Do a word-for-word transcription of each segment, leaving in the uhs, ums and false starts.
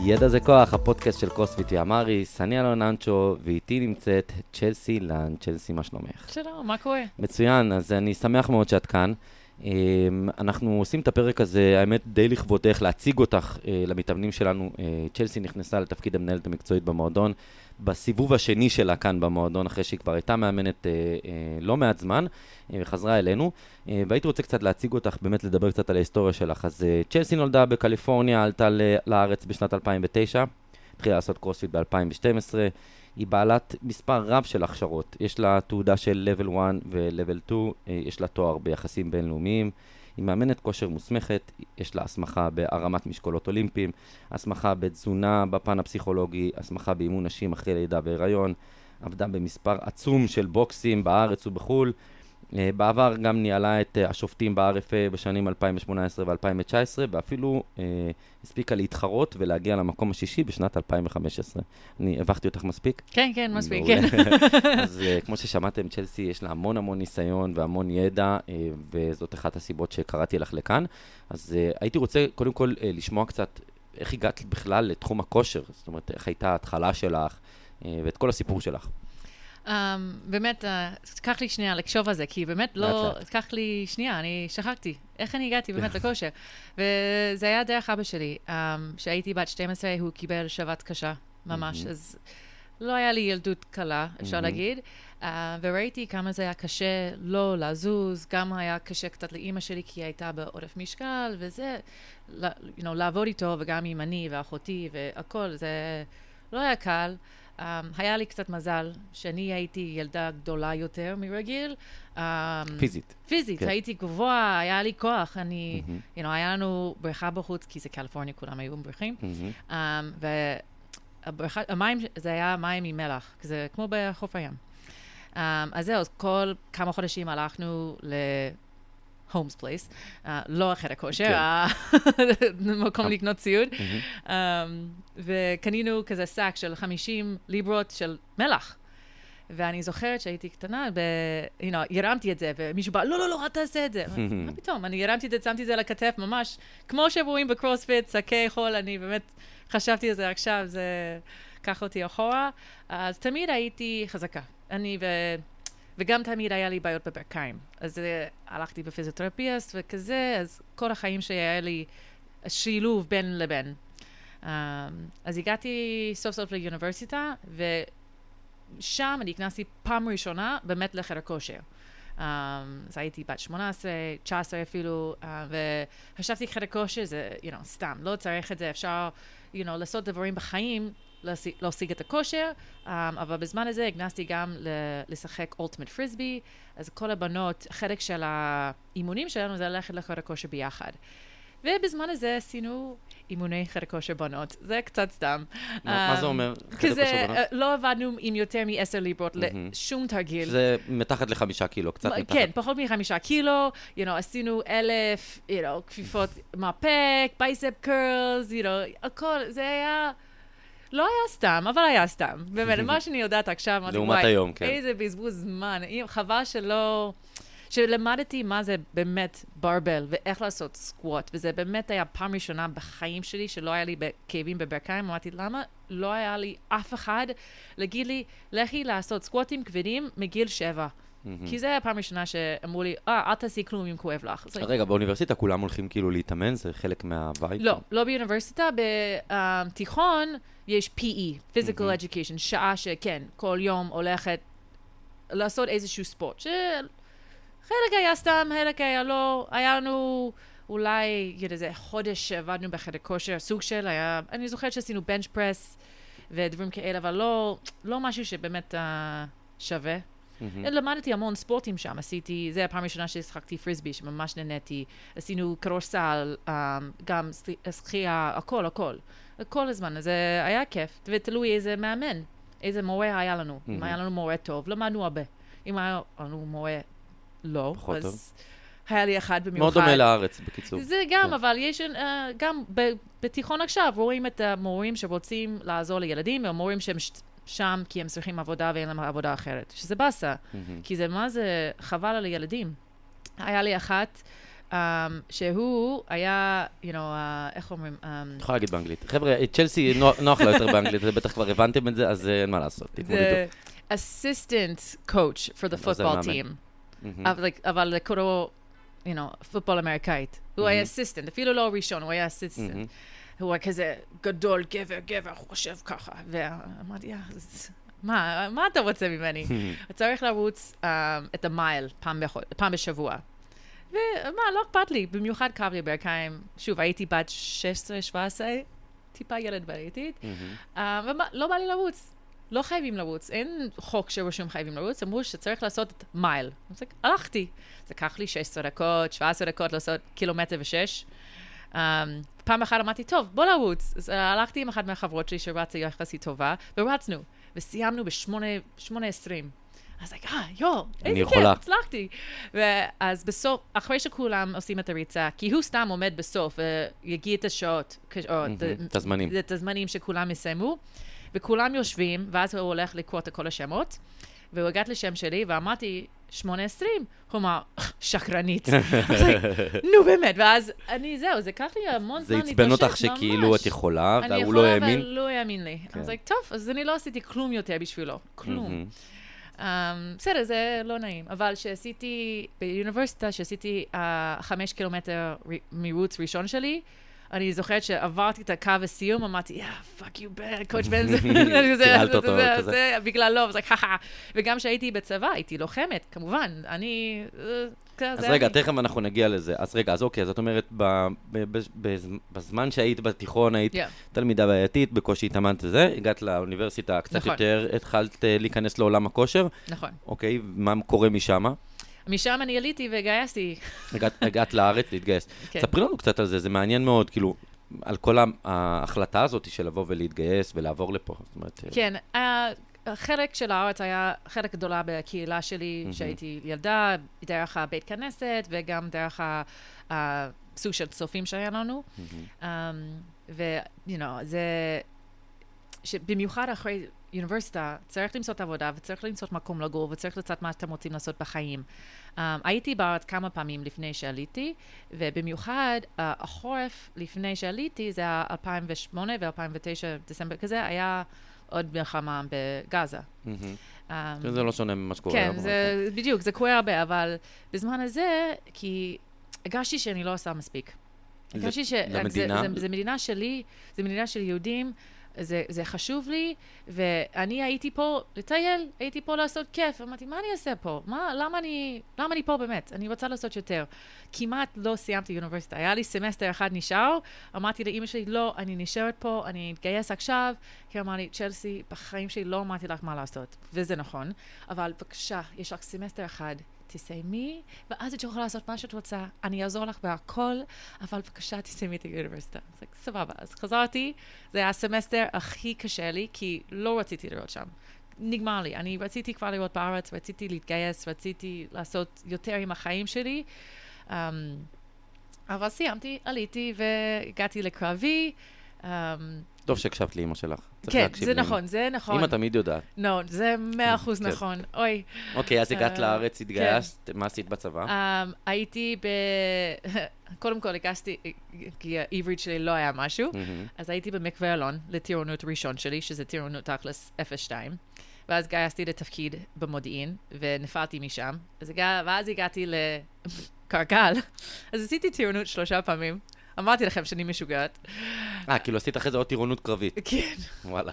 ידע זה כוח, הפודקאסט של קרוספיט ויאמריס, אני אלון אנצ'ו, ואיתי נמצאת צ'לסי לן. צ'לסי, מה שלומך? שלום, מה קורה? מצוין, אז אני שמח מאוד שאת כאן. אנחנו עושים את הפרק הזה, האמת די לכבודך, להציג אותך למתאמנים שלנו. צ'לסי נכנסה לתפקיד המנהלת המקצועית במועדון, בסיבוב השני שלה כאן במועדון, אחרי שהיא כבר הייתה מאמנת לא מעט זמן, וחזרה אלינו. והייתי רוצה קצת להציג אותך, באמת לדבר קצת על ההיסטוריה שלך. אז צ'לסי נולדה בקליפורניה, עלתה לארץ בשנת אלפיים ותשע, התחילה לעשות קרוספיט ב-אלפיים ושתים עשרה, היא בעלת מספר רב של הכשרות. יש לה תעודה של level אחת ו-level שתיים, יש לה תואר ביחסים בינלאומיים, היא מאמנת כושר מוסמכת, יש לה הסמכה בהרמת משקולות אולימפיים, הסמכה בתזונה בפן הפסיכולוגי, הסמכה באימון נשים אחרי לידה והיריון, עבדה במספר עצום של בוקסים בארץ ובחול, בעבר גם ניהלה את השופטים ב-אר אף איי בשנים אלפיים שמונה עשרה ו-אלפיים תשע עשרה, ואפילו אה, הספיקה להתחרות ולהגיע למקום השישי בשנת אלפיים וחמש עשרה. אני הבכתי אותך מספיק? כן, כן, מספיק, כן. אז אה, כמו ששמעתם, צ'לסי יש לה המון המון ניסיון והמון ידע, אה, וזאת אחת הסיבות שקראתי לך לכאן. אז אה, הייתי רוצה קודם כל אה, לשמוע קצת איך הגעת בכלל לתחום הכושר, זאת אומרת, איך הייתה ההתחלה שלך אה, ואת כל הסיפור שלך. Um, באמת, uh, תקח לי שנייה לקשוב על זה, כי באמת לא, תקח לי שנייה, אני שכחתי. איך אני הגעתי באמת לכושר? וזה היה דרך אבא שלי. Um, כשהייתי בת שתים עשרה, הוא קיבל שבת קשה, ממש. אז לא היה לי ילדות קלה, אפשר להגיד. Uh, וראיתי כמה זה היה קשה לא לזוז, גם היה קשה קצת לאמא שלי, כי היא הייתה בעודף משקל, וזה, you know, לעבוד איתו, וגם עם אני ואחותי והכל, זה לא היה קל. Um, היה לי קצת מזל שאני הייתי ילדה גדולה יותר מרגיל. Um, פיזית. פיזית, כן. הייתי גבוה, היה לי כוח. אני, mm-hmm. you know, היה לנו בריכה בחוץ, כי זה קליפורניה, כולם היו בריכים. Mm-hmm. Um, והמים, זה היה מים עם מלח, זה כמו בחוף הים. Um, אז זהו, כל כמה חודשים הלכנו ל... הומס פלייס, לא החדר כושר, מקום לקנות ציוד. וקנינו כזה סאק של חמישים ליברות של מלח. ואני זוכרת שהייתי קטנה, ירמתי את זה, ומישהו בא, לא, לא, לא, אל תעשה את זה. מה פתאום? אני ירמתי את זה, שמתי את זה על הכתף, ממש, כמו שרואים בקרוספיט, שקי חול, אני באמת חשבתי על זה עכשיו, זה קח אותי אחורה. אז תמיד הייתי חזקה. אני ו... וגם תמיד היה לי בעיות בברכיים. אז uh, הלכתי בפיזיותרפיסט וכזה, אז כל החיים שהיה לי שילוב בין לבין. Um, אז הגעתי סוף סוף לאוניברסיטה, ושם אני הכנסתי פעם ראשונה באמת לחדר כושר. Um, אז הייתי בת שמונה עשרה, תשע עשרה אפילו, uh, וחשבתי חדר כושר זה, you know, סתם, לא צריך את זה, אפשר, you know, לעשות דברים בחיים, להשיג את הכושר, um, אבל בזמן הזה הגנסתי גם לשחק אולטימט פריסבי, אז כל הבנות, חלק של האימונים שלנו זה ללכת לחדר כושר ביחד. ובזמן הזה עשינו אימוני חדר כושר בנות, זה קצת סתם. מה זה אומר חדר כושר בנות? לא עבדנו עם יותר מ-עשר ליברות לשום תרגיל. שזה מתחת לחמישה קילו, קצת מתחת. כן, פחות מחמישה קילו, you know, עשינו אלף, you know, כפיפות מרפק, בייספ קרלס, you know, הכל, זה היה... לא היה סתם, אבל היה סתם. באמת, מה שאני יודעת עכשיו, אמרתי, לעומת היום, כן. איזה בזבוז זמן. חבל שלא... שלמדתי מה זה באמת ברבל, ואיך לעשות סקווט, וזה באמת היה פעם ראשונה בחיים שלי, שלא היה לי כאבים בברכיים. אמרתי, למה לא היה לי אף אחד להגיד לי, לכי לעשות סקווטים כבדים מגיל שבע. כי זה היה פעם ראשונה שאמרו לי, אה, אל תעשי כלום אם כואב לך. רגע, באוניברסיטה כולם הולכים כאילו להתאמן? זה חלק מהבית? לא, לא באוניברסיטה. בתיכון יש פי אי, Physical Education, שעה שכן, כל יום הולכת לעשות איזשהו ספורט. חלק היה סתם, חלק היה לא. היה לנו אולי איזה חודש שעבדנו בחדר כושר, סוג של, היה, אני זוכרת שעשינו בנץ' פרס ודברים כאלה, אבל לא, לא משהו שבאמת שווה. למדתי המון ספורטים שם, עשיתי, זה הפעם הראשונה ששחקתי פריסבי, שממש נהניתי, עשינו כדורסל, גם שחייה, הכל, הכל, כל הזמן, אז זה היה כיף, ותלוי איזה מאמן, איזה מורה היה לנו, אם היה לנו מורה טוב, למדנו הרבה, אם היה לנו מורה לא, אז היה לי אחד במיוחד. מאוד דומה לארץ, בקיצור. זה גם, אבל יש, גם בתיכון עכשיו, רואים את המורים שרוצים לעזור לילדים, והמורים שהם שם כי הם צריכים עבודה ואין להם עבודה אחרת. שזה בסה. Mm-hmm. כי זה מה זה חבל על הילדים. היה לי אחת, um, שהוא היה, you know, uh, איך אומרים? Um, יכולה להגיד באנגלית. חבר'ה, צ'לסי נוח לה יותר באנגלית, זה בטח כבר הבנתם את זה, אז אין מה לעשות, תתמודדו. The assistant coach for the football team. אבל לקוראו, you know, פוטבול אמריקאית. הוא היה assistant, אפילו לא ראשון, הוא היה assistant. הוא היה כזה גדול, גבר, גבר, חושב ככה. ואמרתי, מה, מה אתה רוצה ממני? צריך לרוץ את המייל פעם בשבוע. ומה, לא אכפת לי, במיוחד כאב לי ברכיים. שוב, הייתי בת שש עשרה שבע עשרה, טיפה ילד בעייתית, ולא בא לי לרוץ. לא חייבים לרוץ, אין חוק שרושם חייבים לרוץ, אמרו שצריך לעשות את מייל. אז הלכתי. זה לקח לי שש עשרה דקות, שבע עשרה דקות לעשות קילומטר ושש. Um, פעם אחת אמרתי, טוב, בוא לרוץ. אז uh, הלכתי עם אחת מהחברות שלי שרצה יחסית טובה, ורצנו, וסיימנו בשמונה עשרים. אז like, אה, יו, איזה כיף, הצלחתי. ואז בסוף, אחרי שכולם עושים את הריצה, כי הוא סתם עומד בסוף, ויגיע את השעות, את הזמנים. את הזמנים שכולם יסיימו, וכולם יושבים, ואז הוא הולך לקרוא את כל השמות, והוא הגעת לשם שלי, ואמרתי, שמונה עשרים, הוא אמר, שקרנית. אז נו באמת, ואז אני, זהו, זה קח לי המון זמן להתרשת, ממש. זה עצבן אותך שכאילו את יכולה, והוא לא האמין? אני יכולה, אבל לא האמין לי. אז טוב, אז אני לא עשיתי כלום יותר בשבילו, כלום. בסדר, זה לא נעים, אבל שעשיתי, באוניברסיטה, שעשיתי חמש קילומטר מרוץ ראשון שלי, אני זוכרת שעברתי את הקו הסיום, אמרתי, יא, פאק יו בן, קואץ' בן, קיללת אותו כזה. בגלל לא, וזה ככה. וגם שהייתי בצבא, הייתי לוחמת, כמובן, אני... אז רגע, תכף אנחנו נגיע לזה. אז רגע, אז אוקיי, זאת אומרת, בזמן שהיית בתיכון, היית תלמידה בעייתית, בקושי התאמנת וזה, הגעת לאוניברסיטה קצת יותר, התחלת להיכנס לעולם הכושר. נכון. אוקיי, מה קורה משם? משם אני עליתי והגייסתי. הגעת לארץ להתגייס. ספרי לנו קצת על זה, זה מעניין מאוד, כאילו, על כל ההחלטה הזאת של לבוא ולהתגייס ולעבור לפה. כן, החלק של הארץ היה חלק גדולה בקהילה שלי, שהייתי ילדה, דרך הבית כנסת, וגם דרך הסוג של צופים שהיה לנו. ו, you know, זה... שבמיוחד אחרי אוניברסיטה, צריך למצוא את העבודה, וצריך למצוא מקום לגור, וצריך לצאת מה שאתם רוצים לעשות בחיים. Um, הייתי בארץ כמה פעמים לפני שעליתי, ובמיוחד uh, החורף לפני שעליתי, זה היה אלפיים ושמונה ו-אלפיים ותשע, דצמבר כזה, היה עוד מלחמה בגאזה. Mm-hmm. Um, זה לא שונה ממה שקורה. כן, זה, בדיוק, זה קורה הרבה, אבל בזמן הזה, כי הרגשתי שאני לא עושה מספיק. הרגשתי למדינה? זה, זה, זה מדינה שלי, זה מדינה של יהודים, זה, זה חשוב לי, ואני הייתי פה לטייל, הייתי פה לעשות כיף. אמרתי, מה אני אעשה פה? מה, למה אני, למה אני פה באמת? אני רוצה לעשות יותר. כמעט לא סיימתי אוניברסיטה. היה לי סמסטר אחד נשאר, אמרתי לאמא שלי, לא, אני נשארת פה, אני אתגייס עכשיו. כי אמרתי, צ'לסי, בחיים שלי לא אמרתי לך מה לעשות. וזה נכון. אבל בבקשה, יש לך סמסטר אחד. תסיימי, ואז את יכולה לעשות מה שאת רוצה. אני אעזור לך בהכל, אבל בבקשה תסיימי את האוניברסיטה. אז סבבה. אז חזרתי, זה היה הסמסטר הכי קשה לי, כי לא רציתי לראות שם. נגמר לי. אני רציתי כבר לראות בארץ, רציתי להתגייס, רציתי לעשות יותר עם החיים שלי. Um, אבל סיימתי, עליתי והגעתי לקרבי. Um, טוב שהקשבת לאמא שלך. כן, זה נכון, זה נכון. אמא תמיד יודעת. לא, זה מאה אחוז נכון. אוי. אוקיי, אז הגעת לארץ, התגייסת, מה עשית בצבא? הייתי ב... קודם כל, הגשתי, כי העברית שלי לא היה משהו, אז הייתי במקווה אלון, לטירונות ראשון שלי, שזה טירונות תכלס אפס שתיים, ואז גייסתי לתפקיד במודיעין, ונפלתי משם, ואז הגעתי לקרקל, אז עשיתי טירונות שלושה פעמים, אמרתי לכם שאני משוגעת. אה, כאילו עשית אחרי זה עוד טירונות קרבית. כן. וואלה.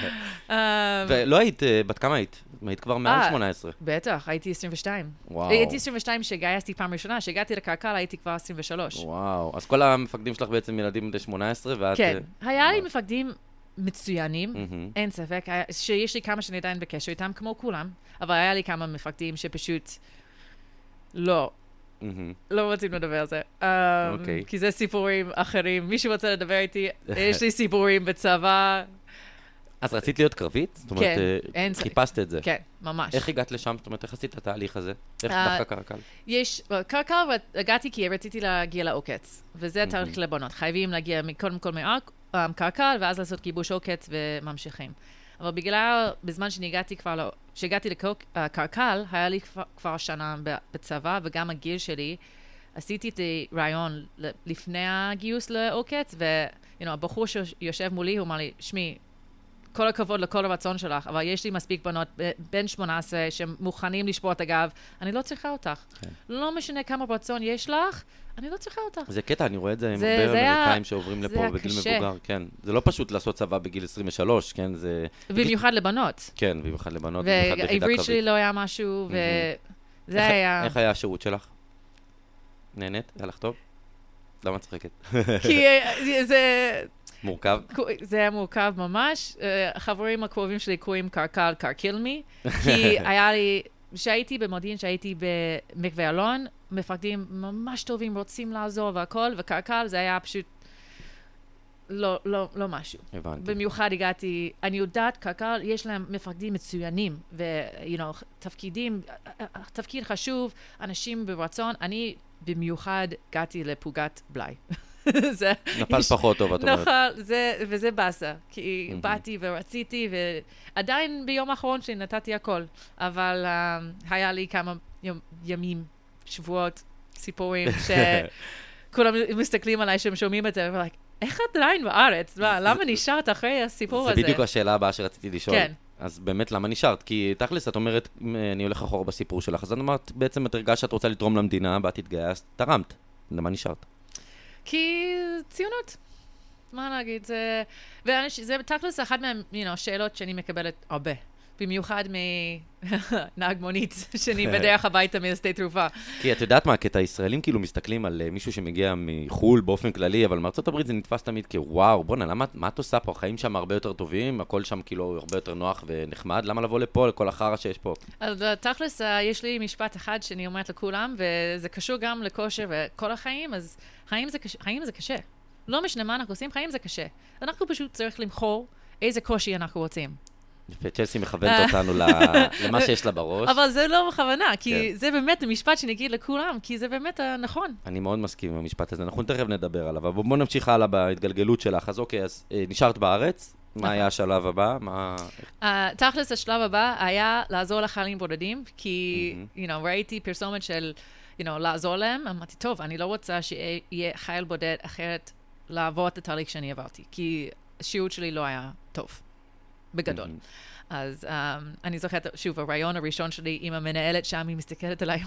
ולא היית, בת כמה היית? היית כבר מעל שמונה עשרה. בטח, הייתי עשרים ושתיים. וואו. הייתי עשרים ושתיים שגייסתי פעם ראשונה, שהגעתי לקרקל הייתי כבר עשרים ושלוש. וואו, אז כל המפקדים שלך בעצם ילדים בני שמונה עשרה, ואת... כן, היה לי מפקדים מצוינים, אין ספק, שיש לי כמה שאני עדיין בקשר איתם, כמו כולם, אבל היה לי כמה מפקדים שפשוט לא... לא רוצים לדבר על זה. כי זה סיפורים אחרים. מישהו רוצה לדבר איתי, יש לי סיפורים בצבא. אז רצית להיות קרבית? זאת אומרת, חיפשת את זה. כן, ממש. איך הגעת לשם? זאת אומרת, איך עשית את התהליך הזה? איך דווקא קרקל? יש, קרקל הגעתי כי רציתי להגיע לעוקץ. וזה תהליך לבנות. חייבים להגיע קודם כל מקרקל, ואז לעשות כיבוש עוקץ וממשיכים. אבל בגלל, בזמן שאני הגעתי כבר, שהגעתי לקרקל, היה לי כבר, כבר שנה בצבא, וגם הגיל שלי עשיתי את הרעיון לפני הגיוס לעוקץ, והבחור שיושב מולי, הוא אמר לי, שמי, כל הכבוד לכל הרצון שלך, אבל יש לי מספיק בנות בין שמונה עשרה שמוכנים לשבור את הגב, אני לא צריכה אותך. כן. לא משנה כמה רצון יש לך, אני לא צריכה אותך. זה קטע, אני רואה את זה עם הרבה אמריקאים שעוברים לפה בגיל מבוגר, כן. זה לא פשוט לעשות צבא בגיל עשרים ושלוש, כן, זה... במיוחד לבנות. כן, במיוחד לבנות, במיוחד ביחידה קרבית. והעברית שלי לא היה משהו, וזה היה... איך היה השירות שלך? נהנית? היה לך טוב? למה צחקת? כי זה... מורכב? זה היה מורכב ממש. החברים הקרובים שלי קוראים קרקל, קרקילמי, כי היה לי, שהייתי במודיעין, שהייתי במקווה אלון, מפקדים ממש טובים, רוצים לעזור והכל, וקרקל זה היה פשוט לא, לא, לא משהו. הבנתי. במיוחד הגעתי, אני יודעת, קרקל, יש להם מפקדים מצוינים, ו, you know, תפקידים, תפקיד חשוב, אנשים ברצון, אני במיוחד הגעתי לפוגת בלי. זה נפל פחות טוב, את אומרת. נפל, וזה בסה, כי באתי ורציתי, ועדיין ביום האחרון שלי נתתי הכל, אבל היה לי כמה ימים, שבועות, סיפורים, שכולם מסתכלים עליי שהם שומעים את זה, ואומרים, איך את עדיין בארץ? למה נשארת אחרי הסיפור הזה? זה בדיוק השאלה הבאה שרציתי לשאול. כן. אז באמת, למה נשארת? כי תכלס, את אומרת, אני הולך אחורה בסיפור שלך, אז את אומרת, בעצם את הרגשת שאת רוצה לתרום למדינה, ואת התגייסת, תרמת. למה נשארת? כי ציונות. מה להגיד? זה, זה תכלס אחת מהשאלות שאני מקבלת הרבה. במיוחד מנהג מונית, שאני בדרך הביתה משדה תעופה. כי את יודעת מה, הקטע הישראלים כאילו מסתכלים על מישהו שמגיע מחול באופן כללי, אבל מארצות הברית זה נתפס תמיד כוואו, בוא'נה, למה, מה את עושה פה? החיים שם הרבה יותר טובים, הכל שם כאילו הרבה יותר נוח ונחמד, למה לבוא לפה, לכל החרא שיש פה? אז תכלס, יש לי משפט אחד שאני אומרת לכולם, וזה קשור גם לכושר וכל החיים, אז חיים זה, חיים זה קשה. לא משנה מה אנחנו עושים, חיים זה קשה. אנחנו פשוט צריך למחור איזה קושי אנחנו רוצים. יפה, צ'לסי מכוונת אותנו למה שיש לה בראש. אבל זה לא בכוונה, כי זה באמת המשפט שנגיד לכולם, כי זה באמת נכון. אני מאוד מסכים עם המשפט הזה, אנחנו תכף נדבר עליו, אבל בואו נמשיך הלאה בהתגלגלות שלך. אז אוקיי, אז נשארת בארץ, מה היה השלב הבא? תכלס השלב הבא היה לעזור לחיילים בודדים, כי ראיתי פרסומת של לעזור להם, אמרתי, טוב, אני לא רוצה שיהיה חייל בודד אחרת לעבור את התהליך שאני עברתי, כי השירות שלי לא היה טוב. בגדול. Mm-hmm. אז um, אני זוכרת, שוב, הרעיון הראשון שלי עם המנהלת שם, היא מסתכלת עליי,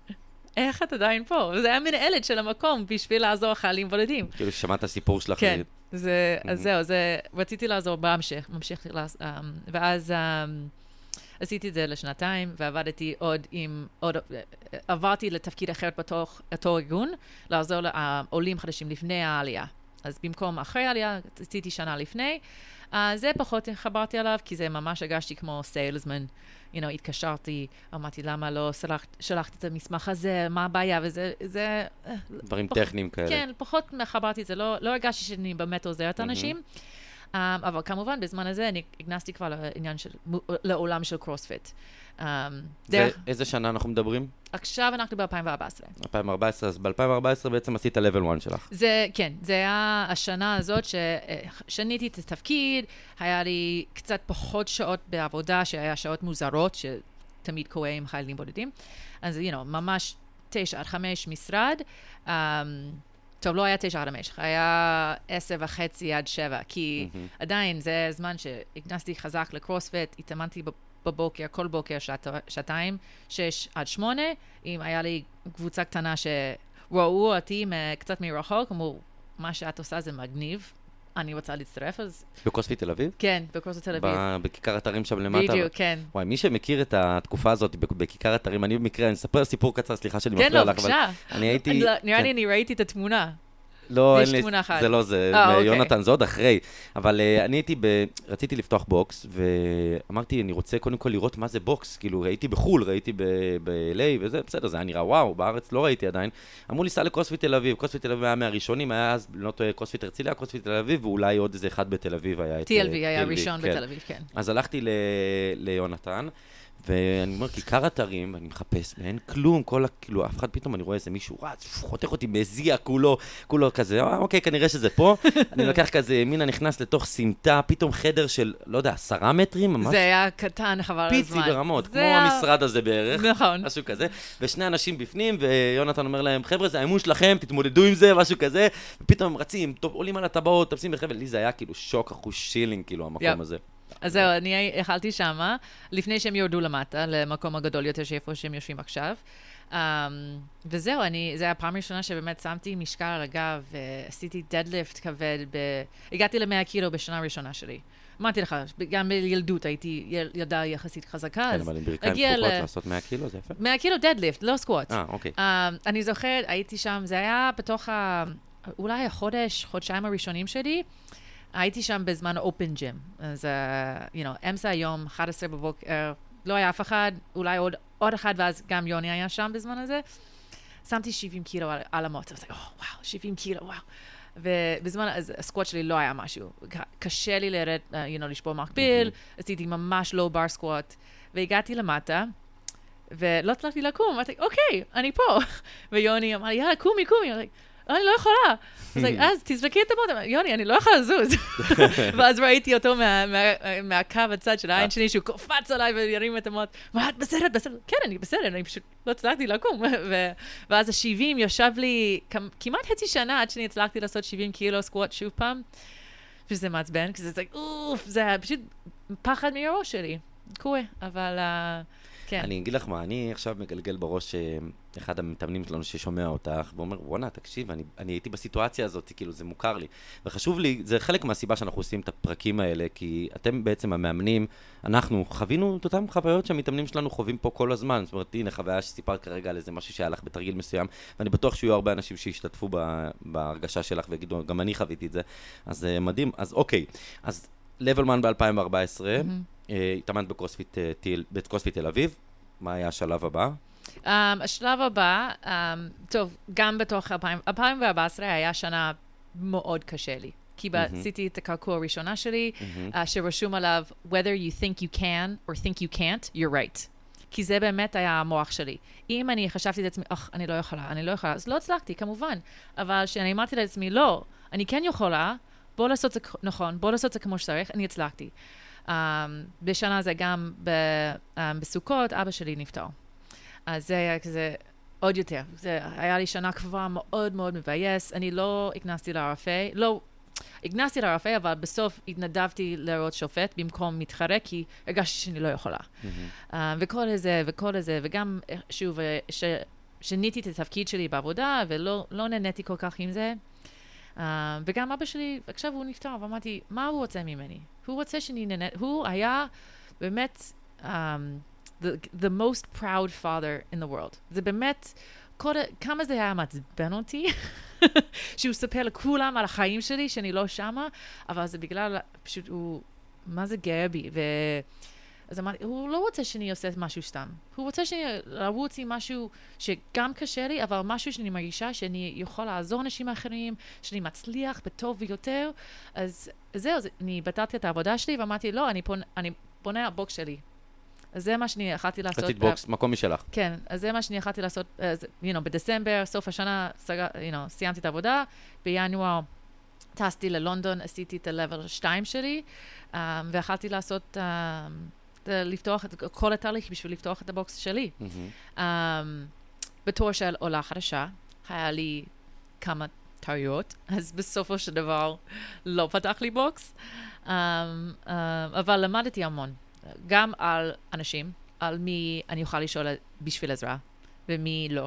איך את עדיין פה? זה היה מנהלת של המקום בשביל לעזור חיילים בודדים. כאילו שמעת הסיפור שלך. כן, זה, mm-hmm. אז זהו, זה, רציתי לעזור בהמשך, ממשיך, um, ואז um, עשיתי את זה לשנתיים, ועבדתי עוד עם, עוד, עברתי לתפקיד אחר בתוך אותו ארגון, לעזור לעולים חדשים לפני העלייה. אז במקום אחרי העלייה, עשיתי שנה לפני, Uh, זה פחות חברתי עליו, כי זה ממש הגשתי כמו סיילסמן, you know, התקשרתי, אמרתי למה לא שלחתי את המסמך הזה, מה הבעיה, וזה, זה... דברים פח, טכניים כאלה. כן, פחות חברתי את זה, לא, לא הרגשתי שאני באמת עוזרת mm-hmm. אנשים, um, אבל כמובן בזמן הזה אני הגנסתי כבר לעניין של, לעולם של קרוספיט. Um, דרך... איזה שנה אנחנו מדברים? עכשיו אנחנו ב-אלפיים וארבע עשרה. אלפיים וארבע עשרה, אז ב-אלפיים וארבע עשרה בעצם עשית level one שלך. זה, כן, זה היה השנה הזאת ששניתי את התפקיד, היה לי קצת פחות שעות בעבודה, שהיה שעות מוזרות, שתמיד קורה עם חיילים בודדים. אז, you know, ממש תשע עד חמש משרד. Um, טוב, לא היה תשע עד חמש, היה עשר וחצי עד שבע, כי mm-hmm. עדיין זה זמן שהגנסתי חזק לקרוספיט, התאמנתי בבוקר, כל בוקר שעת, שעתיים, שש עד שמונה, אם היה לי קבוצה קטנה שראו אותי קצת מרחוק, אמרו, מה שאת עושה זה מגניב, אני רוצה להצטרף, אז... בקרוספיט תל אביב? כן, בקרוספיט תל אביב. בכיכר אתרים שם למטה? בדיוק, כן. וואי, מי שמכיר את התקופה הזאת בכיכר אתרים, אני במקרה, אני אספר סיפור קצר, סליחה שאני מפריע לך, אבל... כן, לא, בבקשה. אני הייתי... נראה לי, אני ראיתי את התמונה. לא, אין לי, זה לא זה, יונתן, זה עוד אחרי. אבל אני הייתי, רציתי לפתוח בוקס, ואמרתי, אני רוצה קודם כל לראות מה זה בוקס. כאילו, הייתי בחול, ראיתי ב-אל איי, וזה, בסדר, זה היה נראה, וואו, בארץ לא ראיתי עדיין. אמרו לי, סע לקרוספיט תל אביב. קרוספיט תל אביב היה מהראשונים, היה אז, לא טועה, קרוספיט הרצליה, קרוספיט תל אביב, ואולי עוד איזה אחד בתל אביב היה. טי אל וי היה ראשון בתל אביב, כן. אז הלכתי ליונתן, ואני אומר, כיכר אתרים, ואני מחפש, ואין כלום, כל ה... כאילו, אף אחד פתאום, אני רואה איזה מישהו, רץ, חותך אותי, מזיע, כולו, כולו כזה, אה, אוקיי, כנראה שזה פה. אני לוקח כזה ימינה, נכנס לתוך סמטה, פתאום חדר של, לא יודע, עשרה מטרים, ממש. זה היה קטן, חבל על הזמן. פיצי ברמות, כמו המשרד הזה בערך. נכון. משהו כזה. ושני אנשים בפנים, ויונתן אומר להם, חבר'ה, זה האימון שלכם, תתמודדו עם זה, משהו כזה. ופתאום הם רצים, טוב, עולים על הטבעות, טפסים בחבל. לי זה היה כאילו שוק, אחוז שילינג, כאילו, המקום הזה. אז זהו, אני אכלתי שמה, לפני שהם יורדו למטה, למקום הגדול יותר שאיפה שהם יושבים עכשיו. Um, וזהו, אני, זה היה הפעם הראשונה שבאמת שמתי משקל על הגב, ועשיתי דדליפט כבד, ב... הגעתי ל-מאה קילו בשנה הראשונה שלי. אמרתי לך, גם בילדות הייתי ילדה יחסית חזקה, כן, אבל עם ברכיים פתוחות ל... לעשות מאה קילו, זה יפה? מאה קילו דדליפט, לא סקווט. אה, אוקיי. Um, אני זוכרת, הייתי שם, זה היה בתוך ה... אולי החודש, חודשיים הראשונים שלי, הייתי שם בזמן אופן ג'ים. אז, uh, you know, אמצע היום, אחת עשרה בבוקר, uh, לא היה אף אחד, אולי עוד, עוד אחד, ואז גם יוני היה שם בזמן הזה. שמתי שבעים קילו על, על המוט. אז, oh, וואו, שבעים קילו, וואו. ובזמן, אז הסקווט שלי לא היה משהו. קשה לי לרד, uh, you know, לשבור מקביל, mm-hmm. עשיתי ממש לואו בר סקווט, והגעתי למטה, ולא הצלחתי לקום. אמרתי, אוקיי, אני פה. ויוני אמר, יאללה, קומי, קומי. אני אני לא יכולה. אז like, אז תזבקי את המוט, יוני, אני לא יכולה לזוז. ואז ראיתי אותו מה, מה, מהקו הצד של העין שלי, שהוא קופץ עליי וירים את המוט. מה, את בסדר, את בסדר? כן, אני בסדר, אני פשוט לא הצלחתי לקום. ואז ה-שבעים יושב לי כמעט חצי שנה עד שאני הצלחתי לעשות שבעים קילו סקווט שוב פעם. שזה מעצבן, כי זה אוף, זה פשוט פחד מהראש שלי. קורה, אבל... כן. אני אגיד לך מה, אני עכשיו מגלגל בראש אחד המתאמנים שלנו ששומע אותך, ואומר, וואנה, תקשיב, אני, אני הייתי בסיטואציה הזאת, כאילו, זה מוכר לי. וחשוב לי, זה חלק מהסיבה שאנחנו עושים את הפרקים האלה, כי אתם בעצם המאמנים, אנחנו חווינו את אותם חוויות שהמתאמנים שלנו חווים פה כל הזמן. זאת אומרת, הנה, חוויה שסיפרת כרגע על איזה משהו שהיה לך בתרגיל מסוים, ואני בטוח שיהיו הרבה אנשים שישתתפו בהרגשה שלך ויגידו, גם אני חוויתי את זה. אז מדהים. אז אוקיי. אז לבלמן ב-אלפיים וארבע עשרה, התאמנת בקרוספיט תל אביב. מה היה השלב הבא? Um, השלב הבא, um, טוב, גם בתוך אלפיים וארבע עשרה היה שנה מאוד קשה לי. כי mm-hmm. עשיתי את הקרקוע הראשונה שלי, mm-hmm. uh, שרשום עליו, whether you think you can or think you can't, you're right. כי זה באמת היה המוח שלי. אם אני חשבתי לעצמי, אך, אני לא יכולה, אני לא יכולה, אז לא הצלחתי, כמובן. אבל כשאני אמרתי לעצמי, לא, אני כן יכולה, בוא לעשות את זה נכון, בוא לעשות את זה כמו שצריך, אני הצלחתי. Um, בשנה זה גם ב, um, בסוכות, אבא שלי נפטר. אז זה היה כזה עוד יותר. זה היה לי שנה כבר מאוד מאוד מבייס. אני לא הכנסתי לרופא, לא, הכנסתי לרופא, אבל בסוף התנדבתי לראות שופט במקום מתחרה, כי הרגשתי שאני לא יכולה. Mm-hmm. Uh, וכל זה, וכל זה, וגם שוב, ש, שניתי את התפקיד שלי בעבודה, ולא לא נהניתי כל כך עם זה. Uh, וגם אבא שלי, עכשיו הוא נפטר, ואמרתי, מה הוא רוצה ממני? הוא רוצה שאני נהנית, הוא היה באמת um, the, the most proud father in the world. זה באמת, כל, כמה זה היה מעצבן אותי, שהוא ספר לכולם על החיים שלי, שאני לא שמה, אבל זה בגלל, פשוט הוא, מה זה גאה בי? ו... אז אמרתי, הוא לא רוצה שאני עושה משהו סתם. הוא רוצה שאני לרוץ עם משהו שגם קשה לי, אבל משהו שאני מרגישה שאני יכול לעזור אנשים אחרים, שאני מצליח בטוב ויותר. אז זהו, אז אני בטלתי את העבודה שלי ואמרתי, לא, אני פונה, אני פונה הבוקס שלי. אז זה מה שאני יכלתי לעשות. רצית בוקס, מקום משלך. כן, אז זה מה שאני יכלתי לעשות, אז, you know, בדצמבר, סוף השנה, סגר, you know, סיימתי את העבודה, בינואר טסתי ללונדון, עשיתי את ה-level שתיים שלי, um, ויכלתי לעשות... Um, לפתוח את כל התהליך בשביל לפתוח את הבוקס שלי. Mm-hmm. Um, בתור של עולה חדשה, היה לי כמה טעויות, אז בסופו של דבר לא פתח לי בוקס. Um, um, אבל למדתי המון, גם על אנשים, על מי אני אוכל לשאול בשביל עזרה, ומי לא.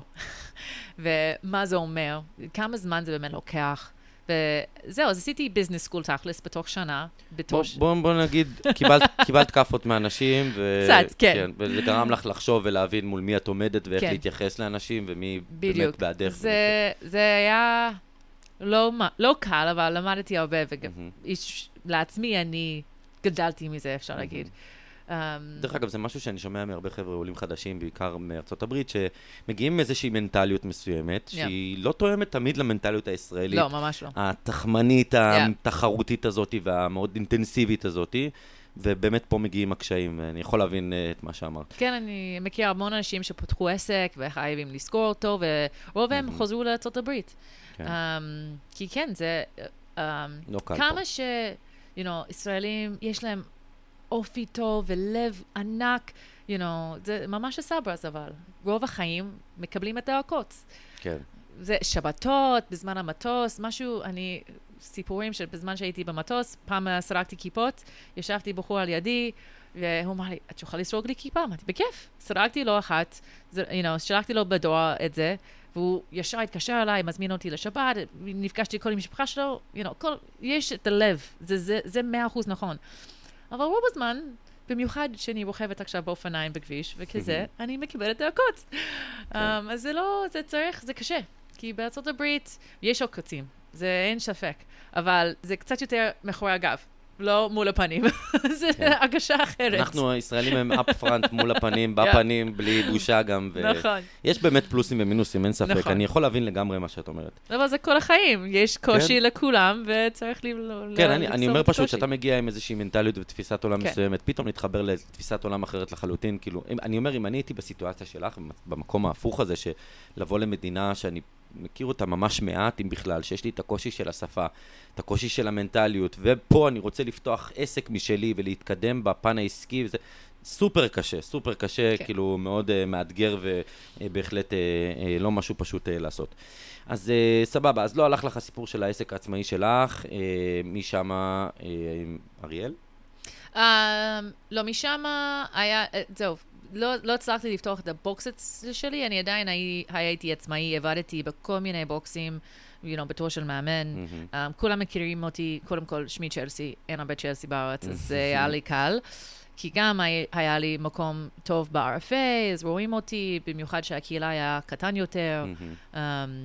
ומה זה אומר, כמה זמן זה באמת לוקח. וזהו, אז עשיתי ביזנס סקול תכלס בתוך שנה. בוא, בוא, בוא נגיד, קיבלת, קיבלת כפות מאנשים, ו... קצת, כן. כן. וזה גרם לך לחשוב ולהבין מול מי את עומדת ואיך כן. להתייחס לאנשים ומי בדיוק. באמת בעדך. זה, זה היה לא, לא קל, אבל למדתי הרבה, וגם mm-hmm. לעצמי אני גדלתי מזה, אפשר mm-hmm. להגיד. Um, דרך אגב, זה משהו שאני שומע מהרבה חבר'ה עולים חדשים, בעיקר מארצות הברית, שמגיעים עם איזושהי מנטליות מסוימת, yeah. שהיא לא תואמת תמיד למנטליות הישראלית. לא, ממש לא. התחמנית, yeah. התחרותית הזאת והמאוד אינטנסיבית הזאת, ובאמת פה מגיעים הקשיים, ואני יכול להבין את מה שאמרת. כן, אני מכיר המון אנשים שפתחו עסק וחייבים לזכור אותו, ורוב הם חוזרו לארצות הברית. כי כן, זה כמה ש... you know, ישראלים, יש להם אופי טוב ולב ענק, you know, זה ממש הסברס, אבל רוב החיים מקבלים את העקוץ. כן. זה שבתות, בזמן המטוס, משהו, אני, סיפורים שבזמן שהייתי במטוס, פעם סרקתי כיפות, ישבתי בחור על ידי, והוא אמר לי, את שוכחה לסרוג לי כיפה? אמרתי, בכיף. סרקתי לו אחת, זה, you know, שלחתי לו בדואר את זה, והוא ישר התקשר אליי, מזמין אותי לשבת, נפגשתי כל עם משפחה שלו, you know, כל, יש את הלב, זה, זה, זה מאה אחוז נכון. אבל רוב הזמן, במיוחד שאני רוכבת עכשיו באופניים בכביש, וכזה, אני מקבלת את העקוץ. Um, אז זה לא, זה צריך, זה קשה. כי בארצות הברית יש עוקצים, זה אין ספק. אבל זה קצת יותר מאחורי הגב. לא מול הפנים. זה הגשה אחרת. אנחנו הישראלים הם up front מול הפנים, בפנים, בלי בושה גם. נכון. יש באמת פלוסים ומינוסים, אין ספק. אני יכול להבין לגמרי מה שאת אומרת. אבל זה כל החיים. יש קושי לכולם, וצריך לפסור את הקושי. כן, אני אומר פשוט שאתה מגיע עם איזושהי מנטליות ותפיסת עולם מסוימת, פתאום להתחבר לתפיסת עולם אחרת לחלוטין. כאילו, אני אומר, אם אני הייתי בסיטואציה שלך, במקום ההפוך הזה, שלבוא למדינה שאני מכיר אותה ממש מעט, אם בכלל, שיש לי את הקושי של השפה, את הקושי של המנטליות, ופה אני רוצה לפתוח עסק משלי ולהתקדם בפן העסקי, וזה סופר קשה, סופר קשה, כן. כאילו מאוד uh, מאתגר ובהחלט uh, uh, לא משהו פשוט uh, לעשות. אז uh, סבבה, אז לא הלך לך הסיפור של העסק העצמאי שלך, uh, משם uh, אריאל? Um, לא, משם היה, uh, זהו. לא, לא הצלחתי לפתוח את הבוקסט שלי, אני עדיין הי, הייתי עצמאי, עבדתי בכל מיני בוקסים, you know, בתור של מאמן. Mm-hmm. Um, כולם מכירים אותי, קודם כל, שמי צ'לסי, אין הרבה צ'לסי בארץ, אז זה היה לי קל. כי גם היה, היה לי מקום טוב ב-אר אף איי, אז רואים אותי, במיוחד שהקהילה היה קטן יותר. Mm-hmm. Um,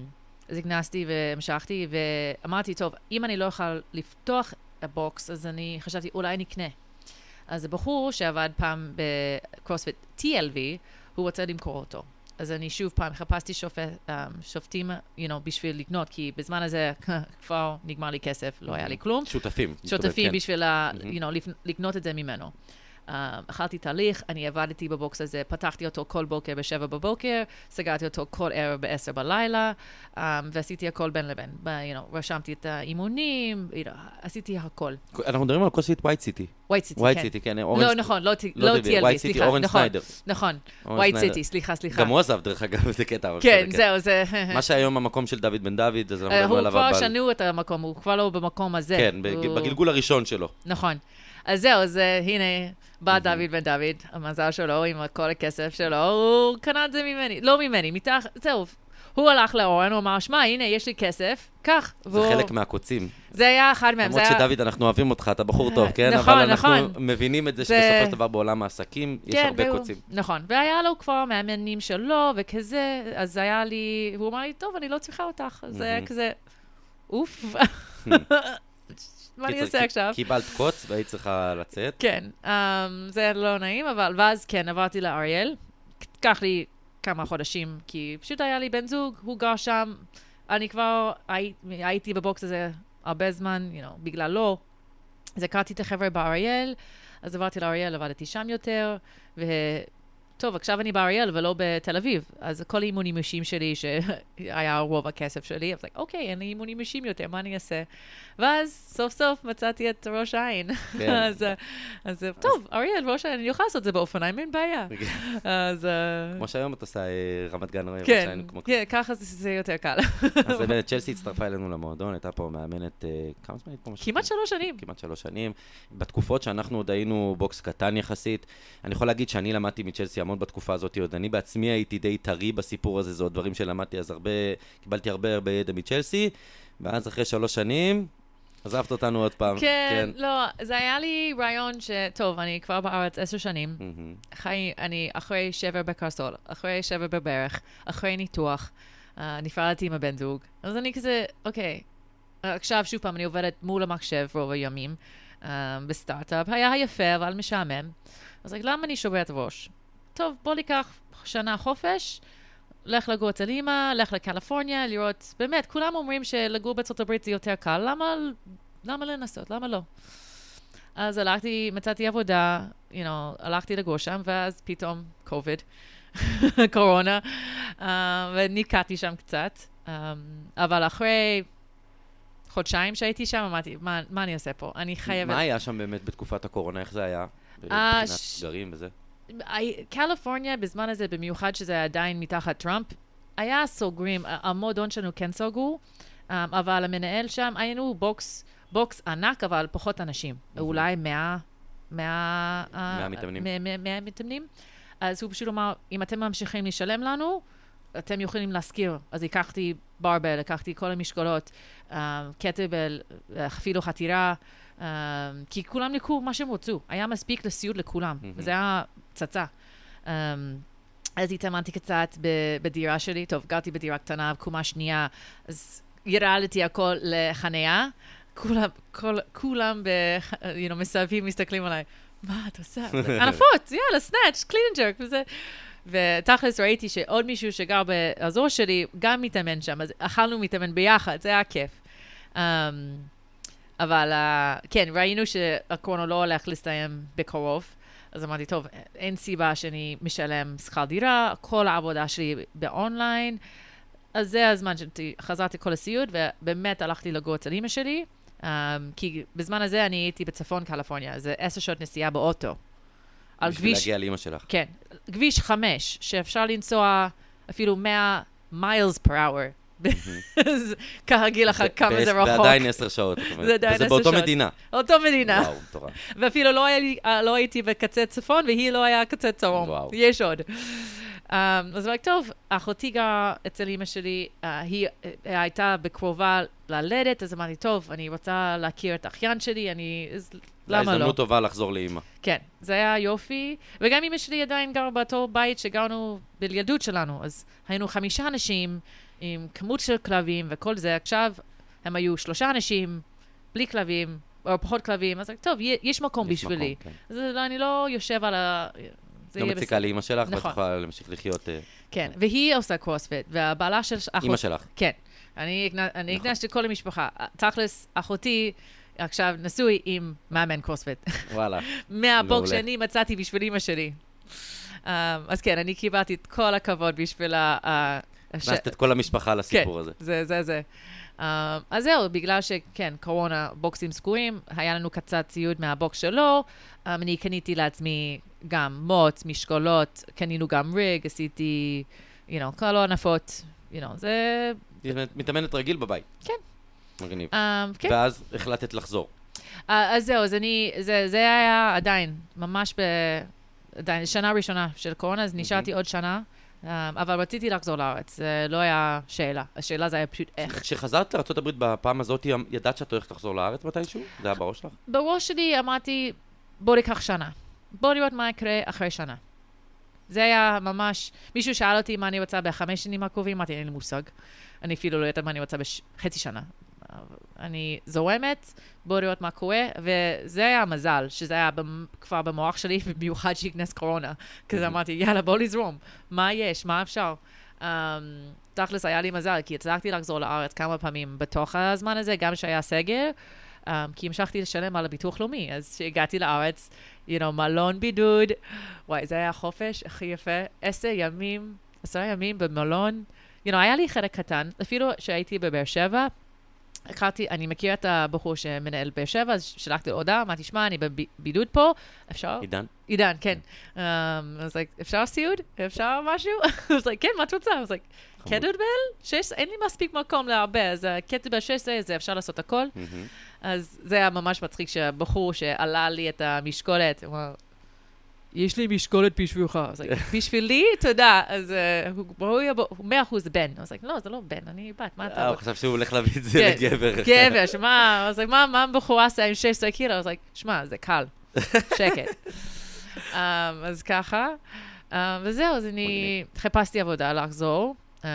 אז הכנסתי והמשכתי, ואמרתי, טוב, אם אני לא יכול לפתוח הבוקס, אז אני חשבתי, אולי נקנה. אז הבחור שעבד פעם בקרוספיט טי אל וי, הוא רוצה למכור אותו. אז אני שוב פעם חיפשתי שופט, שופטים, you know, בשביל לקנות, כי בזמן הזה כבר נגמר לי כסף, לא היה לי כלום. שותפים. שותפים בשביל you know, לקנות את זה ממנו. אכלתי תהליך, אני עבדתי בבוקס הזה, פתחתי אותו כל בוקר בשבע בבוקר, סגרתי אותו כל ערב בעשר בלילה, ועשיתי הכל בין לבין. רשמתי את האימונים, עשיתי הכל. אנחנו מדברים על קרוספיט ווייט סיטי. ווייט סיטי, ווייט סיטי, כן. לא, נכון, לא טי אל וי, סליחה. אורן סניידר. נכון, ווייט סיטי, סליחה, סליחה. גם הוא עזב, דרך אגב, זה קטע. כן, זהו, זה... מה שהיום המקום של דוד בן דוד, אז אנחנו מדברים עליו. הוא כבר שנו את המקום, הוא כבר לא במקום הזה. כן, בגלגול הראשון שלו. נכון. אז זהו, אז הנה, בא דוד בן דוד, המזל שלו, עם כל הכסף שלו, הוא קנה את זה ממני, לא ממני, מתח, זהו, הוא הלך לאורן, הוא אמר, שמע, הנה, יש לי כסף, כך. זה חלק מהקוצים. זה היה אחד מהם. למרות שדוד, אנחנו אוהבים אותך, אתה בחור טוב, כן? אבל אנחנו מבינים את זה שבסופו של דבר בעולם העסקים, יש הרבה קוצים. נכון, והיה לו כבר מאמנים שלו, וכזה, אז היה לי, הוא אמר לי, טוב, אני לא צריכה אותך, זה היה כזה, אוף. מה אני אעשה עכשיו? קיבלת קוץ והיית צריכה לצאת. כן, זה לא נעים, אבל ואז כן, עברתי לאריאל. קח לי כמה חודשים, כי פשוט היה לי בן זוג, הוא גר שם. אני כבר הייתי בבוקס הזה הרבה זמן, you know, בגלל לא. אז הכרתי את החבר'ה באריאל, אז עברתי לאריאל, עבדתי שם יותר, ו... טוב, עכשיו אני באריאל ולא בתל אביב, אז כל האימונים אישיים שלי, שהיה רוב הכסף שלי, אז אוקיי, אין לי אימונים אישיים יותר, מה אני אעשה? ואז סוף סוף מצאתי את ראש העין. אז טוב, אריאל, ראש העין, אני אוכל לעשות את זה באופניים, אין בעיה. כמו שהיום את עושה רמת גן ראש העין. כן, ככה זה יותר קל. אז באמת, צ'לסי הצטרפה אלינו למועדון, הייתה פה מאמנת, כמה זמן היית פה? כמעט שלוש שנים. כמעט שלוש שנים. בתקופות שאנחנו עוד היינו בוקס קטן יחסית, אני יכול להגיד שאני למדתי מצ'לסי המון בתקופה הזאת, עוד אני בעצמי הייתי די טרי בסיפור הזה, זה עוד דברים שלמדתי, אז הרבה, קיבלתי הרבה הרבה ידע מצ'לסי, ואז אחרי שלוש שנים, עזבת אותנו עוד פעם. כן, כן. לא, זה היה לי רעיון ש... טוב, אני כבר בארץ עשר שנים, mm-hmm. חי, אני אחרי שבר בקרסול, אחרי שבר בברך, אחרי ניתוח, uh, נפרדתי עם הבן זוג, אז אני כזה, אוקיי, עכשיו שוב פעם אני עובדת מול המחשב רוב הימים, uh, בסטארט-אפ, היה יפה, אבל משעמם, אז למה אני שוברת ראש? טוב, בוא ניקח שנה חופש, לך לגור אצל אמא, לך לקליפורניה, לראות, באמת, כולם אומרים שלגור בארצות הברית זה יותר קל, למה, למה לנסות? למה לא? אז הלכתי, מצאתי עבודה, you know, הלכתי לגור שם, ואז פתאום קוביד, קורונה, uh, וניקעתי שם קצת. Um, אבל אחרי חודשיים שהייתי שם, אמרתי, מה, מה אני אעשה פה? אני חייבת... מה היה שם באמת בתקופת הקורונה? איך זה היה? מבחינת סגרים וזה? קליפורניה, בזמן הזה, במיוחד שזה עדיין מתחת טראמפ, היה סוגרים, המועדון שלנו כן סוגרו, אבל המנהל שם, היינו בוקס, בוקס ענק, אבל פחות אנשים. אולי מאה, מאה... מאה מתאמנים. מאה מתאמנים. אז הוא פשוט אמר, אם אתם ממשיכים לשלם לנו, אתם יכולים להזכיר. אז לקחתי ברבל, לקחתי כל המשקולות, קטבל, אפילו חתירה, כי כולם לקחו מה שהם רצו. היה מספיק לסיוד לכולם, וזה היה פצצה. אז התאמנתי קצת בדירה שלי, טוב, גרתי בדירה קטנה, קומה שנייה, אז ירדתי הכל לחניה, כולם מסביב מסתכלים עליי, מה את עושה? ענפות, יאללה, סנאץ', קלין אנד ג'רק, וזה... ותכלס ראיתי שעוד מישהו שגר באזור שלי גם מתאמן שם, אז אכלנו מתאמן ביחד, זה היה כיף. אבל כן, ראינו שהקורונה לא הולך להסתיים בקרוב, אז אמרתי, טוב, אין סיבה שאני משלם שכר דירה, כל העבודה שלי באונליין, אז זה הזמן שחזרתי כל הסיוד, ובאמת הלכתי לגור אצל אמא שלי, כי בזמן הזה אני הייתי בצפון קליפורניה, זה עשר שעות נסיעה באוטו. בשביל להגיע לאמא שלך. כן, כביש חמש, שאפשר לנסוע אפילו מאה מיילס פר אאואר. אז ככה גיל לך כמה זה רחוק. ועדיין עשר שעות. זה עדיין עשר שעות. וזה באותו מדינה. אותו מדינה. וואו, מטורף. ואפילו לא הייתי בקצה צפון, והיא לא היה קצה צרום. וואו. יש עוד. אז אמרתי, טוב, אחותי גרה אצל אמא שלי, היא הייתה בקרובה ללדת, אז אמרתי, טוב, אני רוצה להכיר את האחיין שלי, אני... למה לא? הזדמנות טובה לחזור לאמא. כן, זה היה יופי, וגם אמא שלי עדיין גרה באותו בית שגרנו בילדות שלנו, אז היינו חמישה אנשים עם כמות של כלבים וכל זה, עכשיו הם היו שלושה אנשים בלי כלבים, או פחות כלבים, אז טוב, יש מקום בשבילי. אז אני לא יושב על ה... לא מציקה לאמא שלך, ואת יכולה להמשיך לחיות... כן, והיא עושה קרוספיט, והבעלה של... אמא שלך. כן, אני הקנשתי כל המשפחה. תכלס, אחותי... עכשיו נשוי עם מאמן קרוספיט. וואלה. מהבוק שאני מצאתי בשביל אמא שלי. אז כן, אני קיבלתי את כל הכבוד בשביל ה... נשת את כל המשפחה לסיפור הזה. כן, זה, זה, זה. אז זהו, בגלל שכן, קורונה, בוקסים סגורים, היה לנו קצת ציוד מהבוקס שלו, אני קניתי לעצמי גם מוט, משקולות, קנינו גם ריג, עשיתי, you know, כל הענפות, you know, זה... מתאמנת רגיל בבית. כן. מגניב. Um, כן. ואז החלטת לחזור. Uh, אז זהו, אז אני, זה, זה היה עדיין, ממש ב... עדיין, שנה ראשונה של קורונה, אז נשארתי mm-hmm. עוד שנה, um, אבל רציתי לחזור לארץ, זה לא היה שאלה. השאלה זה היה פשוט איך. כשחזרת לארצות הברית בפעם הזאת, ידעת שאת הולכת לחזור לארץ מתישהו? זה היה בראש שלך? בראש שלי אמרתי, בוא ניקח שנה. בוא לראות מה יקרה אחרי שנה. זה היה ממש, מישהו שאל אותי מה אני רוצה בחמש שנים הקרובים, אמרתי, אין לי מושג. אני אפילו לא יודעת מה אני רוצה בחצי שנה. אני זורמת, בואו לראות מה קורה, וזה היה מזל, שזה היה כבר במוח שלי, במיוחד שהכנס קורונה. כזה אמרתי, יאללה, בואו לזרום. מה יש? מה אפשר? תכלס היה לי מזל, כי הצלחתי לחזור לארץ כמה פעמים בתוך הזמן הזה, גם שהיה סגר, כי המשכתי לשלם על הביטוח לאומי. אז כשהגעתי לארץ, you know, מלון בידוד, וואי, זה היה חופש הכי יפה, עשר ימים, עשר ימים במלון. you know, היה לי חלק קטן, אפילו שהייתי בבאר שבע, הכרתי, אני מכיר את הבחור שמנהל באר שבע, אז שלחתי הודעה, אמרתי, שמע, אני בבידוד פה, אפשר? עידן? עידן, כן. אז אפשר סיוד? אפשר משהו? אז כן, מה את רוצה? אז קטבל? אין לי מספיק מקום להרבה, אז קטבל שש עשרה, זה אפשר לעשות הכל. אז זה היה ממש מצחיק שהבחור שעלה לי את המשקולת, הוא אמר, יש לי משקולת בשבילך. אז בשבילי, תודה. אז הוא מאה אחוז בן. אז לא, זה לא בן, אני בת, מה אתה... הוא חשב שהוא הולך להביא את זה לגבר. גבר, שמה, אז מה הבחורה עשה עם שש עשרה קילו? אז שמע, זה קל, שקט. אז ככה, וזהו, אז אני חיפשתי עבודה לחזור.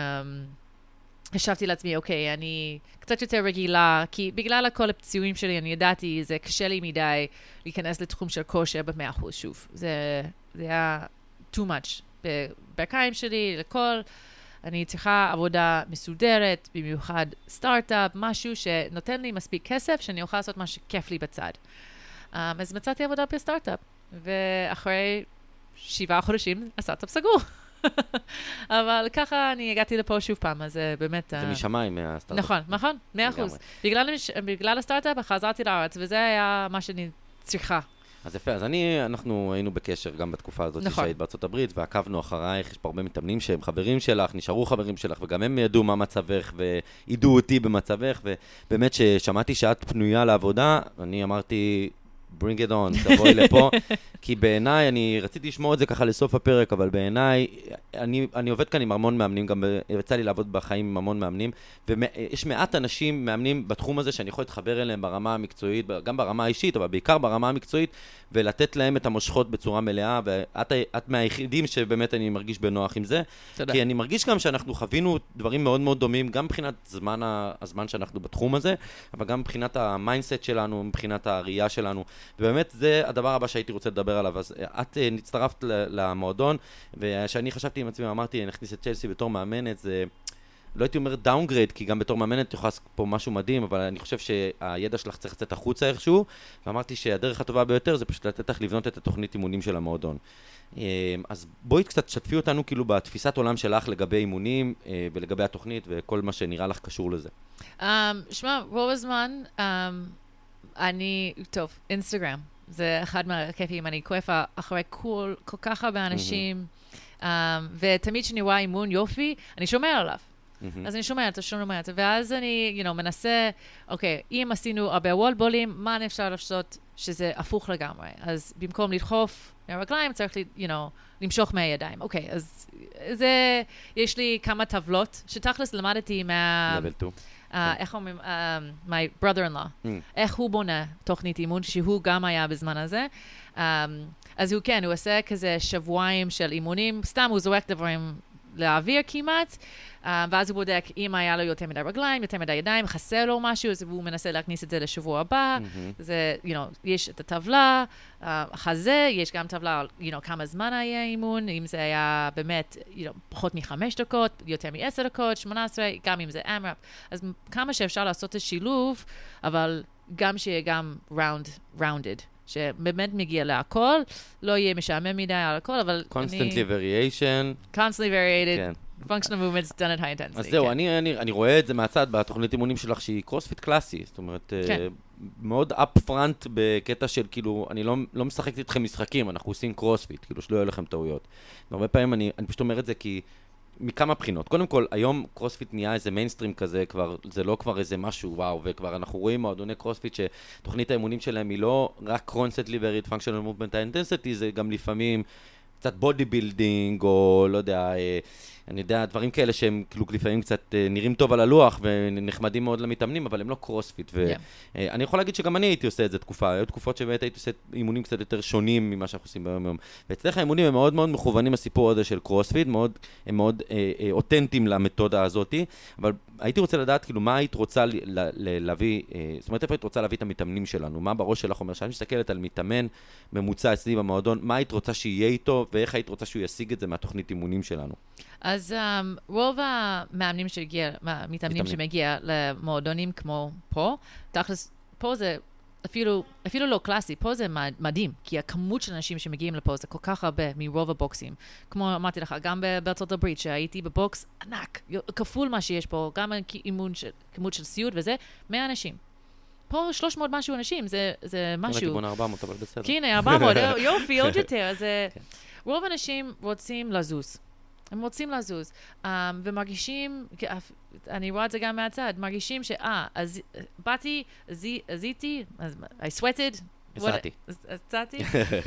חשבתי לעצמי, אוקיי, אני קצת יותר רגילה, כי בגלל כל הפציעים שלי, אני ידעתי, זה קשה לי מדי להיכנס לתחום של כושר ב-מאה אחוז שוב. זה, זה היה too much. בברכיים שלי, לכל, אני צריכה עבודה מסודרת, במיוחד סטארט-אפ, משהו שנותן לי מספיק כסף, שאני אוכל לעשות מה שכיף לי בצד. אז מצאתי עבודה בסטארט-אפ, ואחרי שבעה חודשים הסטארט-אפ סגור. אבל ככה אני הגעתי לפה שוב פעם, אז באמת... זה משמיים מהסטארט-אפ. נכון, נכון, מאה אחוז. בגלל הסטארט-אפ חזרתי לארץ, וזה היה מה שאני צריכה. אז יפה, אז אני, אנחנו היינו בקשר גם בתקופה הזאת נכון. שהיית בארצות הברית, ועקבנו אחרייך, יש פה הרבה מתאמנים שהם חברים שלך, נשארו חברים שלך, וגם הם ידעו מה מצבך, וידעו אותי במצבך, ובאמת ששמעתי שאת פנויה לעבודה, אני אמרתי, bring it on, תבואי לפה, כי בעיניי, אני רציתי לשמור את זה ככה לסוף הפרק, אבל בעיניי, אני, אני עובד כאן עם המון מאמנים, גם יצא לי לעבוד בחיים עם המון מאמנים, ויש מעט אנשים מאמנים בתחום הזה שאני יכול להתחבר אליהם ברמה המקצועית, גם ברמה האישית, אבל בעיקר ברמה המקצועית, ולתת להם את המושכות בצורה מלאה, ואת את מהיחידים שבאמת אני מרגיש בנוח עם זה, תודה. כי אני מרגיש גם שאנחנו חווינו דברים מאוד מאוד דומים, גם מבחינת זמן, הזמן שאנחנו בתחום הזה, אבל גם מבחינת המיינדסט שלנו, מבחינת הראייה שלנו, ובאמת זה הדבר הבא שהייתי רוצה לדבר עליו. אז את נצטרפת למועדון, ושאני חשבתי עם עצמי, אמרתי, נכניס את צ'לסי בתור מאמנת, זה... לא הייתי אומר דאונגרייד, כי גם בתור מאמנת תוכל לעשות פה משהו מדהים, אבל אני חושב שהידע שלך צריך לצאת החוצה איכשהו, ואמרתי שהדרך הטובה ביותר זה פשוט לתת לך לבנות את התוכנית אימונים של המועדון. אז בואי קצת שתפי אותנו כאילו בתפיסת עולם שלך לגבי אימונים ולגבי התוכנית וכל מה שנראה לך קשור לזה. שמע, רוב הזמן, אני, טוב, אינסטגרם, זה אחד מהכיפים, אני כואפה אחרי כל כך הרבה אנשים, ותמיד כשאני רואה אימון יופי, אני שומע עליו. אז אני שומעת, שומעת, ואז אני, you know, מנסה, אוקיי, אם עשינו הרבה וולבולים, מה אני אפשר לעשות שזה הפוך לגמרי? אז במקום לדחוף מהרגליים, צריך, you know, למשוך מהידיים. אוקיי, אז זה, יש לי כמה טבלות, שתכלס למדתי מה... level two. איך אומרים, my brother-in-law, איך הוא בונה תוכנית אימון, שהוא גם היה בזמן הזה. אז הוא כן, הוא עושה כזה שבועיים של אימונים, סתם הוא זורק דברים לאוויר כמעט, ואז הוא בודק אם היה לו יותר מדי רגליים, יותר מדי ידיים, חסר לו משהו, אז הוא מנסה להכניס את זה לשבוע הבא. זה, you know, יש את הטבלה, החזה, יש גם טבלה, you know, כמה זמן היה אימון, אם זה היה באמת, you know, פחות מחמש דקות, יותר מעשר דקות, שמונה עשרה, גם אם זה אמראפ. אז כמה שאפשר לעשות את השילוב, אבל גם שיהיה גם round, rounded. שבאמת מגיע להכל, לא יהיה משעמם מדי על הכל, אבל constantly variation. Constantly variated. כן. functional movements done at high intensity. אז זהו, אני, אני, אני רואה את זה מהצד בתוכנית אימונים שלך, שהיא קרוספיט קלאסי, זאת אומרת, כן. מאוד up front בקטע של, כאילו, אני לא, לא משחקת איתכם משחקים, אנחנו עושים קרוספיט, כאילו, שלא יהיו לכם טעויות. והרבה פעמים אני, אני פשוט אומר את זה כי, מכמה בחינות. קודם כל, היום קרוספיט נהיה איזה מיינסטרים כזה, כבר, זה לא כבר איזה משהו, וואו, וכבר אנחנו רואים מועדוני קרוספיט שתוכנית האימונים שלהם היא לא רק constantly varied functional movement intensity, זה גם לפעמים קצת בודי בילדינג, או לא יודע, אני יודע, דברים כאלה שהם כאילו לפעמים קצת נראים טוב על הלוח ונחמדים מאוד למתאמנים, אבל הם לא קרוספיט. ואני יכול להגיד שגם אני הייתי עושה את זה תקופה, היו תקופות שבאמת הייתי עושה אימונים קצת יותר שונים ממה שאנחנו עושים ביום יום. ואצלך האימונים הם מאוד מאוד מכוונים לסיפור הזה של קרוספיט, מאוד, הם מאוד אה, אה, אותנטיים למתודה הזאת, אבל הייתי רוצה לדעת כאילו מה היית רוצה להביא, אה, זאת אומרת איפה היית רוצה להביא את המתאמנים שלנו, מה בראש שלך אומר, שאני מסתכלת על מתאמן ממוצע אצלי במועדון, מה היית רוצה שיהיה איתו ואיך היית רוצה שהוא ישיג את זה מהתוכנית אימונים שלנו? אז um, רוב המאמנים שהגיע, המתאמנים שמגיע למועדונים כמו פה, תכלס, פה זה אפילו, אפילו לא קלאסי, פה זה מדהים, כי הכמות של אנשים שמגיעים לפה זה כל כך הרבה מרוב הבוקסים. כמו אמרתי לך, גם בארצות הברית, שהייתי בבוקס ענק, כפול מה שיש פה, גם אימון של, כמות של סיוד וזה, מאה אנשים. פה שלוש מאות משהו אנשים, זה, זה משהו... הייתי בונה ארבע מאות, אבל בסדר. כן, ארבע מאות, יופי, עוד יותר. אז רוב האנשים רוצים לזוז. הם רוצים לזוז, um, ומרגישים, אני רואה את זה גם מהצד, מרגישים שאה, אז באתי, עזיתי, I sweated, עשיתי. עשיתי?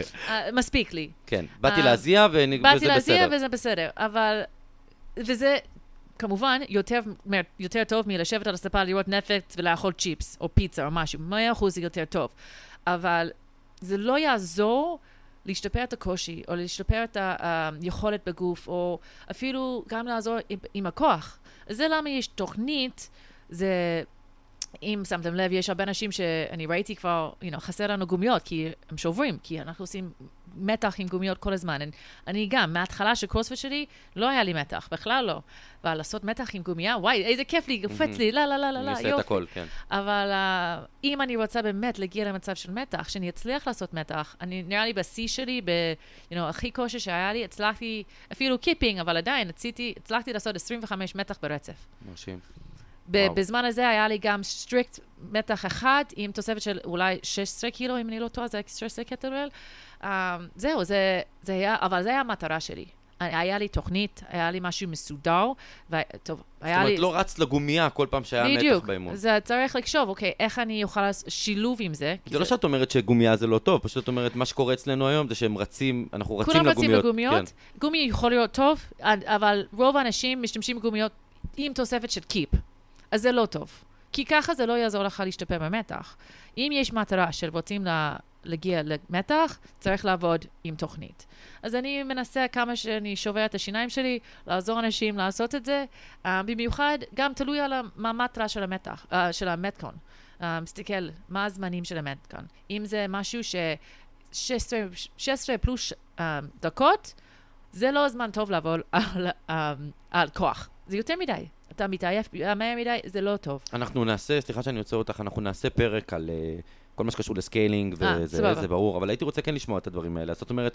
מספיק לי. כן, באתי להזיע וזה בסדר. באתי להזיע וזה בסדר, אבל, וזה כמובן יותר, יותר טוב מלשבת על הספה לראות נטפליקס ולאכול צ'יפס או פיצה או משהו, מאה אחוז זה יותר טוב, אבל זה לא יעזור להשתפר את הקושי, או להשתפר את היכולת בגוף, או אפילו גם לעזור עם, עם הכוח. אז זה למה יש תוכנית, זה, אם שמתם לב, יש הרבה אנשים שאני ראיתי כבר, you know, חסר לנו גומיות, כי הם שוברים, כי אנחנו עושים מתח עם גומיות כל הזמן. אני, אני גם, מההתחלה של קרוספיט שלי, לא היה לי מתח, בכלל לא. אבל לעשות מתח עם גומיה, וואי, איזה כיף לי, קופץ לי, לא, לא, לא, לא, אני עושה יופי. את הכל, כן. אבל uh, אם אני רוצה באמת להגיע למצב של מתח, שאני אצליח לעשות מתח, אני נראה לי בשיא שלי, ב, you know, הכי כושר שהיה לי, הצלחתי, אפילו קיפינג, אבל עדיין, הצליחתי, הצלחתי לעשות עשרים וחמש מתח ברצף. מרשים. ב- בזמן הזה היה לי גם סטריקט מתח אחד, עם תוספת של אולי שש עשרה קילו, אם אני לא טועה, זה היה שש עשרה קטלבל. Um, זהו, זה, זה היה, אבל זה היה המטרה שלי. היה לי תוכנית, היה לי משהו מסודר, וטוב, היה לי... זאת אומרת, לא רץ לגומיה כל פעם שהיה מתח באימון. בדיוק, זה צריך לחשוב, אוקיי, איך אני אוכל לעשות שילוב עם זה. זה לא שאת אומרת שגומיה זה לא טוב, פשוט אומרת, מה שקורה אצלנו היום זה שהם רצים, אנחנו רצים לגומיות. כולם רצים לגומיות, גומי יכול להיות טוב, אבל רוב האנשים משתמשים בגומיות עם תוספת של קיפ, אז זה לא טוב. כי ככה זה לא יעזור לך להשתפר במתח. אם יש מטרה של רוצים להגיע למתח, צריך לעבוד עם תוכנית. אז אני מנסה כמה שאני שובר את השיניים שלי, לעזור אנשים לעשות את זה, uh, במיוחד גם תלוי על המטרה של המתח, uh, של המטקון. Uh, מסתכל, מה הזמנים של המטקון. אם זה משהו ש-שש עשרה פלוס uh, דקות, זה לא זמן טוב לעבוד על, uh, על כוח. זה יותר מדי. אתה מתעייף מהר מדי, זה לא טוב. אנחנו נעשה, סליחה שאני יוצא אותך, אנחנו נעשה פרק על uh, כל מה שקשור לסקיילינג, וזה זה ברור, אבל הייתי רוצה כן לשמוע את הדברים האלה. זאת אומרת,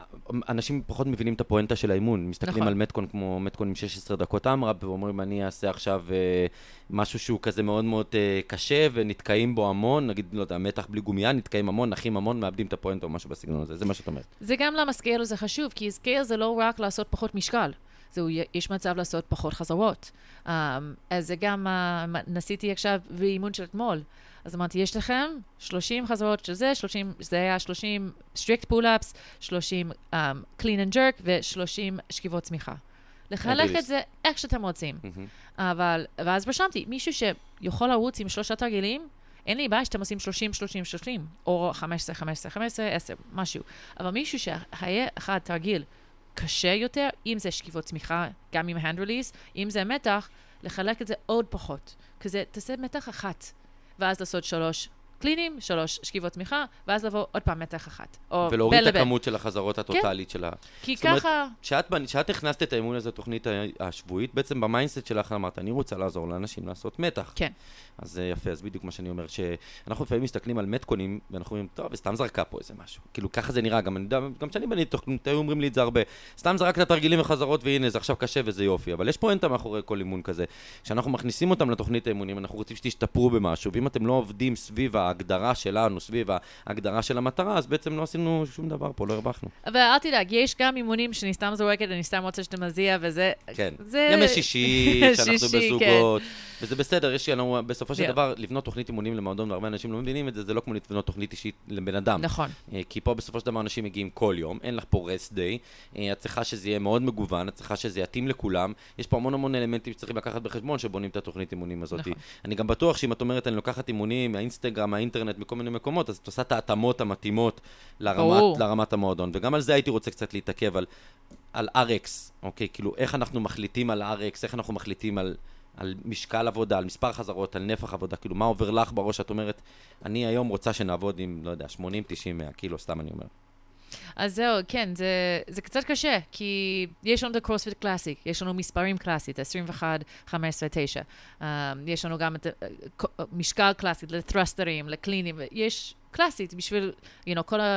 אנשים פחות מבינים את הפואנטה של האימון, מסתכלים נכון. על מתקון כמו מתקון עם שש עשרה דקות אמרפ, ואומרים, אני אעשה עכשיו uh, משהו שהוא כזה מאוד מאוד uh, קשה, ונתקעים בו המון, נגיד, לא יודע, מתח בלי גומיה, נתקעים המון, נחים המון, מאבדים את הפואנטה או משהו בסגנון הזה, זה מה שאת אומרת. זה גם למה סקייל זה חשוב, כי סקייל זה לא רק לעשות פחות משקל. זהו, יש מצב לעשות פחות חזרות. Um, אז זה גם, uh, ניסיתי עכשיו באימון של אתמול. אז אמרתי, יש לכם שלושים חזרות של זה, שלושים, זה היה שלושים strict pull-ups, שלושים um, clean and jerk ו-שלושים שכיבות צמיחה. לחלק את זה איך שאתם רוצים. Mm-hmm. אבל, ואז רשמתי, מישהו שיכול לרוץ עם שלושה תרגילים, אין לי בעיה שאתם עושים שלושים, שלושים, שלושים, או חמש עשרה, חמש עשרה, חמש עשרה, עשר, משהו. אבל מישהו שהיה אחד תרגיל קשה יותר, אם זה שכיבות צמיחה, גם עם hand release, אם זה מתח, לחלק את זה עוד פחות. כזה, תעשה מתח אחת, ואז לעשות שלוש קלינים, שלוש שכיבות צמיחה, ואז לבוא עוד פעם מתח אחת. ולהוריד את הכמות של החזרות הטוטלית של ה... כי ככה... כשאת הכנסת את האימון הזה, תוכנית השבועית, בעצם במיינדסט שלך אמרת, אני רוצה לעזור לאנשים לעשות מתח. כן. אז זה יפה, אז בדיוק מה שאני אומר, שאנחנו לפעמים מסתכלים על מתקונים, ואנחנו אומרים, טוב, סתם זרקה פה איזה משהו. כאילו, ככה זה נראה, גם כשאני בניתי תוכנית, היו אומרים לי את זה הרבה. סתם זרקת תרגילים וחזרות, והנה, זה עכשיו קשה וזה יופי. אבל יש פואנטה מאחורי כל אימון כזה. כשאנחנו מכניסים אותם לתוכנית האימונים, אנחנו רוצים שתשתפרו במשהו, ואם אתם לא עובדים סביב ההגדרה שלנו, סביב ההגדרה של המטרה, אז בעצם לא עשינו שום דבר פה, לא הרווחנו. אבל אל תדאג, יש גם אימונים שאני סתם זורקת, אני סתם רוצה שאתה מזיע, וזה... כן. זה... ימי שישי, שאנחנו שישי, בזוגות, כן. וזה בסדר, יש לנו, בסופו של Yeah. דבר, לבנות תוכנית אימונים למועדון, והרבה אנשים לא מבינים את זה, זה לא כמו לבנות תוכנית אישית לבן אדם. נכון. כי פה בסופו של דבר אנשים מגיעים כל יום, אין לך פה rest day, את צריכה שזה יהיה מאוד מגוון, את צריכה שזה יתאים לכולם, יש פה המון המון אלמנטים שצריכים לקחת בחשבון שבונים את התוכנית אימונים הזאת. נכון. אני גם בטוח שאם את אומרת, אני לוקחת אימונים מהאינסטגרם, מהאינטרנט, מכל מיני מקומות, אז את עושה את ההתאמות המתאימות לרמת, לרמת המועדון. וגם על זה הייתי רוצה קצת להתעכב על, על אר אקס, אוקיי? כאילו, איך אנחנו מחליטים על אר אקס, איך אנחנו מחליטים על, על משקל עבודה, על מספר חזרות, על נפח עבודה, כאילו, מה עובר לך בראש? את אומרת, אני היום רוצה שנעבוד עם, לא יודע, שמונים, תשעים, מאה קילו, סתם אני אומר. אז זהו, כן, זה, זה קצת קשה, כי יש לנו את הקרוספיט קלאסיק, יש לנו מספרים קלאסית, עשרים ואחת, חמש עשרה, תשע. Um, יש לנו גם את uh, משקל קלאסית לת'רסטרים, לקלינים, יש קלאסית בשביל, you know, כל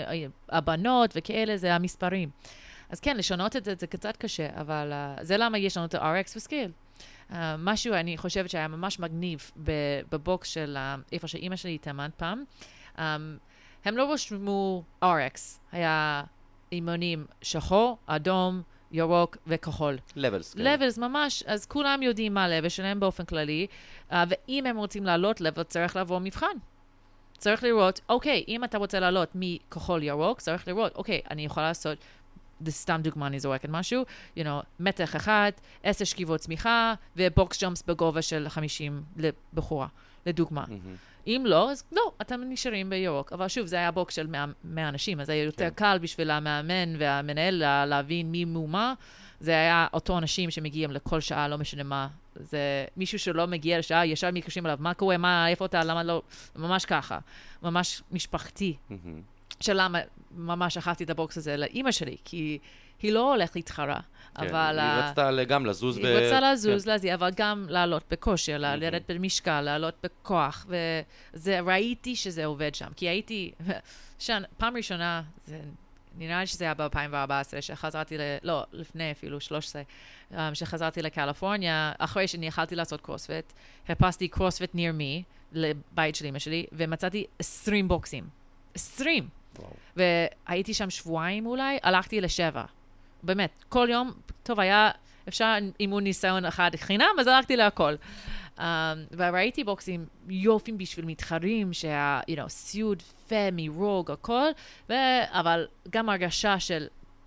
הבנות וכאלה, זה המספרים. אז כן, לשנות את זה, זה קצת קשה, אבל uh, זה למה יש לנו את ה-אר אקס וסקייל. Uh, משהו, אני חושבת שהיה ממש מגניב בבוקס של uh, איפה שאימא שלי התאמנת פעם. Um, הם לא רשמו אר אקס, היה אימונים שחור, אדום, ירוק וכחול. לבלס. לבלס ממש, אז כולם יודעים מה הלבל שלהם באופן כללי, uh, ואם הם רוצים לעלות לבל, צריך לעבור מבחן. צריך לראות, אוקיי, אם אתה רוצה לעלות מכחול ירוק, צריך לראות, אוקיי, אני יכולה לעשות, זה סתם דוגמה, אני זורקת משהו, you know, מתח אחד, עשר שכיבות צמיחה, ובוקס ג'ומפס בגובה של חמישים לבחורה, לדוגמה. Mm-hmm. אם לא, אז לא, אתם נשארים בירוק. אבל שוב, זה היה בוקס של מאה אנשים, אז זה היה יותר קל בשביל המאמן והמנהל להבין מי מומה. זה היה אותו אנשים שמגיעים לכל שעה, לא משנה מה. זה מישהו שלא מגיע לשעה, ישר מתקשרים עליו, מה קורה, מה, איפה אתה, למה לא, ממש ככה. ממש משפחתי. שלמה ממש אכלתי את הבוקס הזה לאמא שלי, כי היא לא הולכת להתחרה. כן, אבל... היא רצתה גם לזוז היא ו... רצתה לזוז, כן. לזי, אבל גם לעלות בכושר, לרדת במשקל, לעלות בכוח, וזה, ראיתי שזה עובד שם, כי הייתי, שן, פעם ראשונה, זה, נראה לי שזה היה ב-אלפיים וארבע עשרה, שחזרתי ל... לא, לפני אפילו שלוש עשרה, שחזרתי לקליפורניה, אחרי שאני יכלתי לעשות קרוספיט, חיפשתי קרוספיט ניר מי, לבית של אמא שלי, ומצאתי עשרים בוקסים. עשרים! וואו. והייתי שם שבועיים אולי, הלכתי לשבע. באמת, כל יום, טוב, היה אפשר אימון ניסיון אחד חינם, אז הלכתי להכל. Um, וראיתי בוקסים יופים בשביל מתחרים, שה, you know, סיוד, פה, מירוג, הכל, ו... אבל גם הרגשה של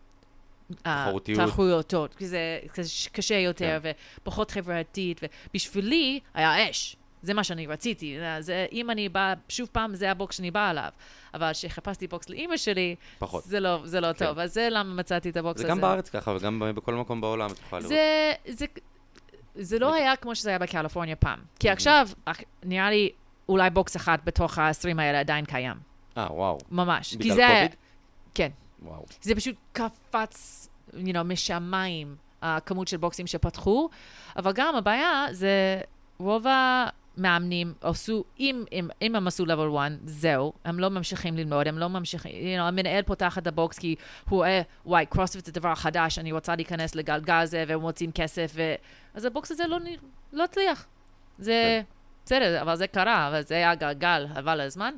תחרותיות. תחרויות, כי זה קשה יותר, כן. ופחות חברתית, ובשבילי היה אש. זה מה שאני רציתי. זה, אם אני באה, שוב פעם, זה הבוקס שאני באה עליו. אבל כשחיפשתי בוקס לאמא שלי, פחות. זה לא, זה לא כן. טוב. אז זה למה מצאתי את הבוקס זה הזה. גם בארץ ככה, וגם בכל מקום בעולם את יכולה לראות. זה, זה, זה לא היה כמו שזה היה בקליפורניה פעם. כי עכשיו, נראה לי, אולי בוקס אחד בתוך ה-עשרים האלה עדיין קיים. אה, וואו. ממש. בגלל זה, קוביד? כן. וואו. זה פשוט קפץ, you know, משמיים, הכמות של בוקסים שפתחו. אבל גם הבעיה זה רוב ה... מאמנים עשו, אם, אם, אם הם עשו level אחד, זהו, הם לא ממשיכים ללמוד, הם לא ממשיכים, you know, המנהל פותח את הבוקס כי הוא רואה, וואי, קרוספיט זה דבר חדש, אני רוצה להיכנס לגלגל הזה, והם מוצאים כסף, ו... אז הבוקס הזה לא, לא הצליח. זה, בסדר, אבל זה קרה, אבל זה היה גלגל, אבל הזמן.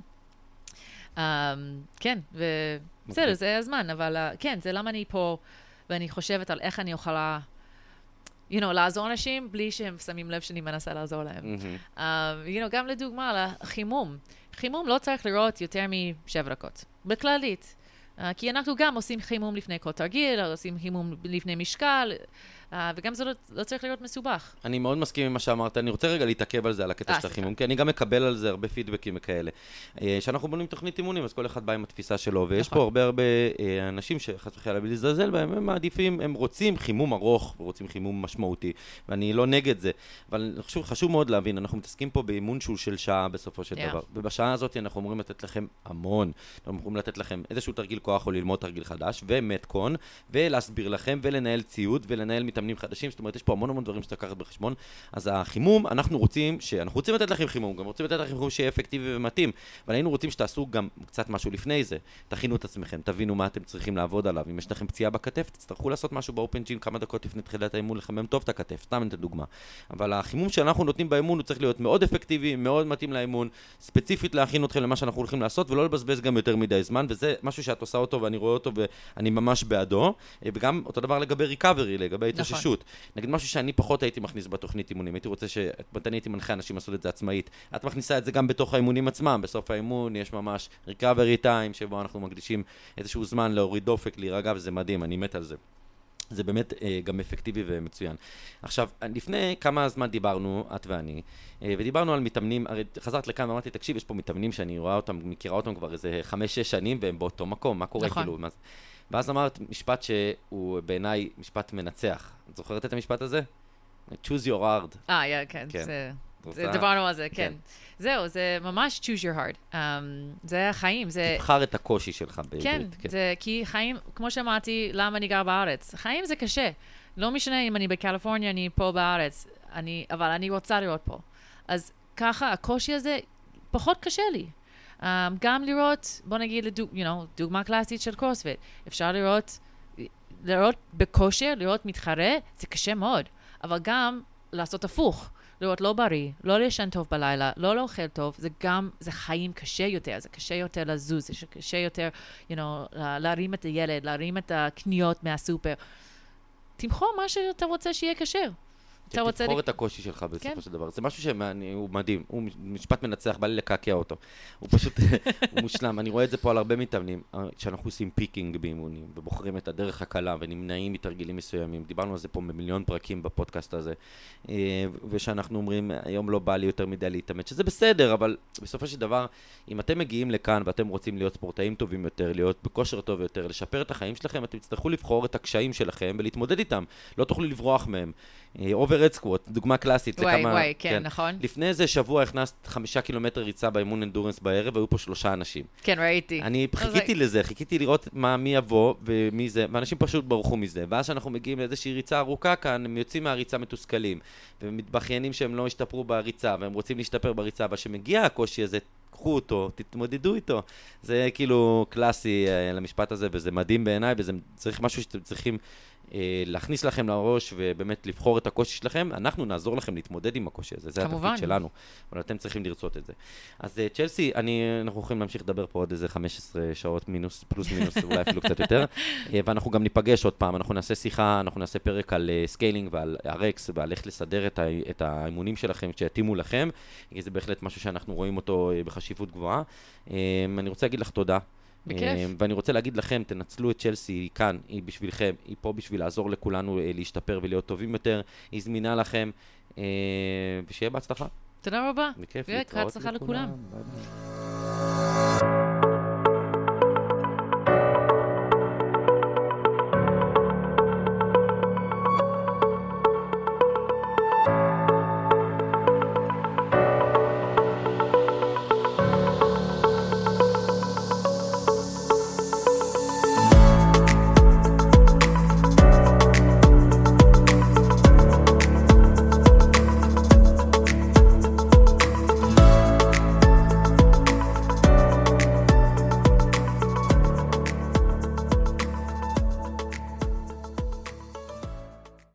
Um, כן, ובסדר, זה הזמן, אבל uh, כן, זה למה אני פה, ואני חושבת על איך אני יכולה, you know, לעזור אנשים בלי שהם שמים לב שאני מנסה לעזור להם. Mm-hmm. Um, you know, גם לדוגמה, לחימום. חימום לא צריך לראות יותר משבע דקות, בכללית. Uh, כי אנחנו גם עושים חימום לפני כל תרגיל, עושים חימום לפני משקל, uh, וגם זה לא, לא צריך להיות מסובך. אני מאוד מסכים עם מה שאמרת, אני רוצה רגע להתעכב על זה, על הקטע של החימום, כי אני גם מקבל על זה הרבה פידבקים וכאלה. שאנחנו בונים תוכנית אימונים, אז כל אחד בא עם התפיסה שלו, ויש פה הרבה הרבה אנשים שחס וחלילה להזדלזל בהם, הם מעדיפים, הם רוצים חימום ארוך, ורוצים חימום משמעותי, ואני לא נגד זה, אבל חשוב, חשוב מאוד להבין, אנחנו מתעסקים פה באימון שהוא של שעה בסופו של דבר, ובשעה הזאת אנחנו אמורים לתת לכם המון, אנחנו אמורים לתת לכם איזשהו תרגיל כוח או ללמוד תרגיל חדש, ומתכון, ולהסביר לכם, ולנהל ציוד, ולנהל מתאמנים חדשים, זאת אומרת, יש פה המון המון דברים שצריך לקחת בחשבון. אז החימום, אנחנו רוצים, שאנחנו רוצים לתת לכם חימום, גם רוצים לתת לכם חימום שיהיה אפקטיבי ומתאים, אבל היינו רוצים שתעשו גם קצת משהו לפני זה. תכינו את עצמכם, תבינו מה אתם צריכים לעבוד עליו. אם יש לכם פציעה בכתף, תצטרכו לעשות משהו באופן ג'ים כמה דקות לפני תחילת האימון, לחמם טוב את הכתף, סתם את הדוגמה. אבל החימום שאנחנו נותנים באימון הוא צריך להיות מאוד אפקטיבי, מאוד מתאים לאימון, ספציפית להכין אתכם למה שאנחנו הולכים לעשות, ולא לבזבז גם יותר מדי זמן, וזה משהו שאת עושה אותו ואני רואה אותו ואני ממש בעדו. וגם אותו דבר לגבי ריקאברי, לגבי התאוששות. נגיד משהו שאני פחות הייתי מכניס בתוכנית אימונים, הייתי רוצה שמתי הייתי מנחה אנשים לעשות את זה עצמאית. את מכניסה את זה גם בתוך האימונים עצמם, בסוף האימון יש ממש recovery time שבו אנחנו מקדישים איזשהו זמן להוריד דופק, להירגע, וזה מדהים, אני מת על זה. זה באמת אה, גם אפקטיבי ומצוין. עכשיו, לפני כמה זמן דיברנו, את ואני, אה, ודיברנו על מתאמנים, הרי חזרת לכאן ואמרתי, תקשיב, יש פה מתאמנים שאני רואה אותם, מכירה אותם כבר איזה חמש, שש שנים, והם באותו מקום, מה קורה נכון. כאילו? מה... ואז אמרת משפט שהוא בעיניי משפט מנצח. את זוכרת את המשפט הזה? choose your hard. אה, כן, כן. זה... רוצה... זה דיברנו על זה, כן. כן. זהו, זה ממש choose your hard. Um, זה החיים, זה... תבחר את הקושי שלך בעברית. כן, כן, זה כי חיים, כמו שאמרתי, למה אני גר בארץ? חיים זה קשה. לא משנה אם אני בקליפורניה, אני פה בארץ, אני, אבל אני רוצה לראות פה. אז ככה, הקושי הזה פחות קשה לי. Um, גם לראות, בוא נגיד, לדוג, you know, דוגמה קלאסית של קרוספיט. אפשר לראות, לראות בכושר, לראות מתחרה, זה קשה מאוד. אבל גם לעשות הפוך. לראות לא בריא, לא לישן טוב בלילה, לא לאוכל טוב, זה גם, זה חיים קשה יותר, זה קשה יותר לזוז, זה קשה יותר, you know, להרים את הילד, להרים את הקניות מהסופר. תמחור מה שאתה רוצה שיהיה כשר. תבחור את הקושי שלך בסופו של דבר. זה משהו שהוא מדהים, הוא משפט מנצח, בא לי לקעקע אותו. הוא פשוט, הוא מושלם. אני רואה את זה פה על הרבה מתאמנים, שאנחנו עושים פיקינג באימונים, ובוחרים את הדרך הקלה, ונמנעים מתרגילים מסוימים. דיברנו על זה פה במיליון פרקים בפודקאסט הזה, ושאנחנו אומרים, היום לא בא לי יותר מדי להתאמץ, שזה בסדר, אבל בסופו של דבר, אם אתם מגיעים לכאן, ואתם רוצים להיות ספורטאים טובים יותר, להיות בכושר טוב יותר, לשפר את החיים שלכם, אתם תצטרכו לבחור את הקשיים שלכם ולהתמודד איתם. לא תוכלו לברוח מהם. אובר-רד סקווט, דוגמה קלאסית. וואי, לכמה, וואי, כן, כן, נכון. לפני איזה שבוע הכנסת חמישה קילומטר ריצה באימון אנדורנס בערב, והיו פה שלושה אנשים. כן, ראיתי. אני חיכיתי לזה, חיכיתי לראות מה, מי יבוא ומי זה, ואנשים פשוט ברחו מזה. ואז שאנחנו מגיעים לאיזושהי ריצה ארוכה כאן, הם יוצאים מהריצה מתוסכלים, ומתבחיינים שהם לא השתפרו בריצה, והם רוצים להשתפר בריצה, אבל שמגיע הקושי הזה, קחו אותו, תתמודדו איתו. זה כאילו קלאסי למשפט הזה, וזה מדהים בעיניי, וזה צריך משהו שאתם צריכים להכניס לכם לראש ובאמת לבחור את הקושי שלכם. אנחנו נעזור לכם להתמודד עם הקושי הזה, זה התפקיד שלנו, אבל אתם צריכים לרצות את זה. אז צ'לסי, אני, אנחנו יכולים להמשיך לדבר פה עוד איזה חמש עשרה שעות מינוס, פלוס מינוס, אולי אפילו קצת יותר, ואנחנו גם ניפגש עוד פעם, אנחנו נעשה שיחה, אנחנו נעשה פרק על סקיילינג ועל הרקס, ועל איך לסדר את, ה, את האימונים שלכם שיתאימו לכם, כי זה בהחלט משהו שאנחנו רואים אותו בחשיבות גבוהה. אני רוצה להגיד לך תודה. בכיף. ואני רוצה להגיד לכם, תנצלו את צ'לסי, היא כאן, היא בשבילכם, היא פה בשביל לעזור לכולנו להשתפר ולהיות טובים יותר, היא זמינה לכם, ושיהיה בהצלחה. תודה רבה. בכיף, להתראות לכולם. ביי ביי.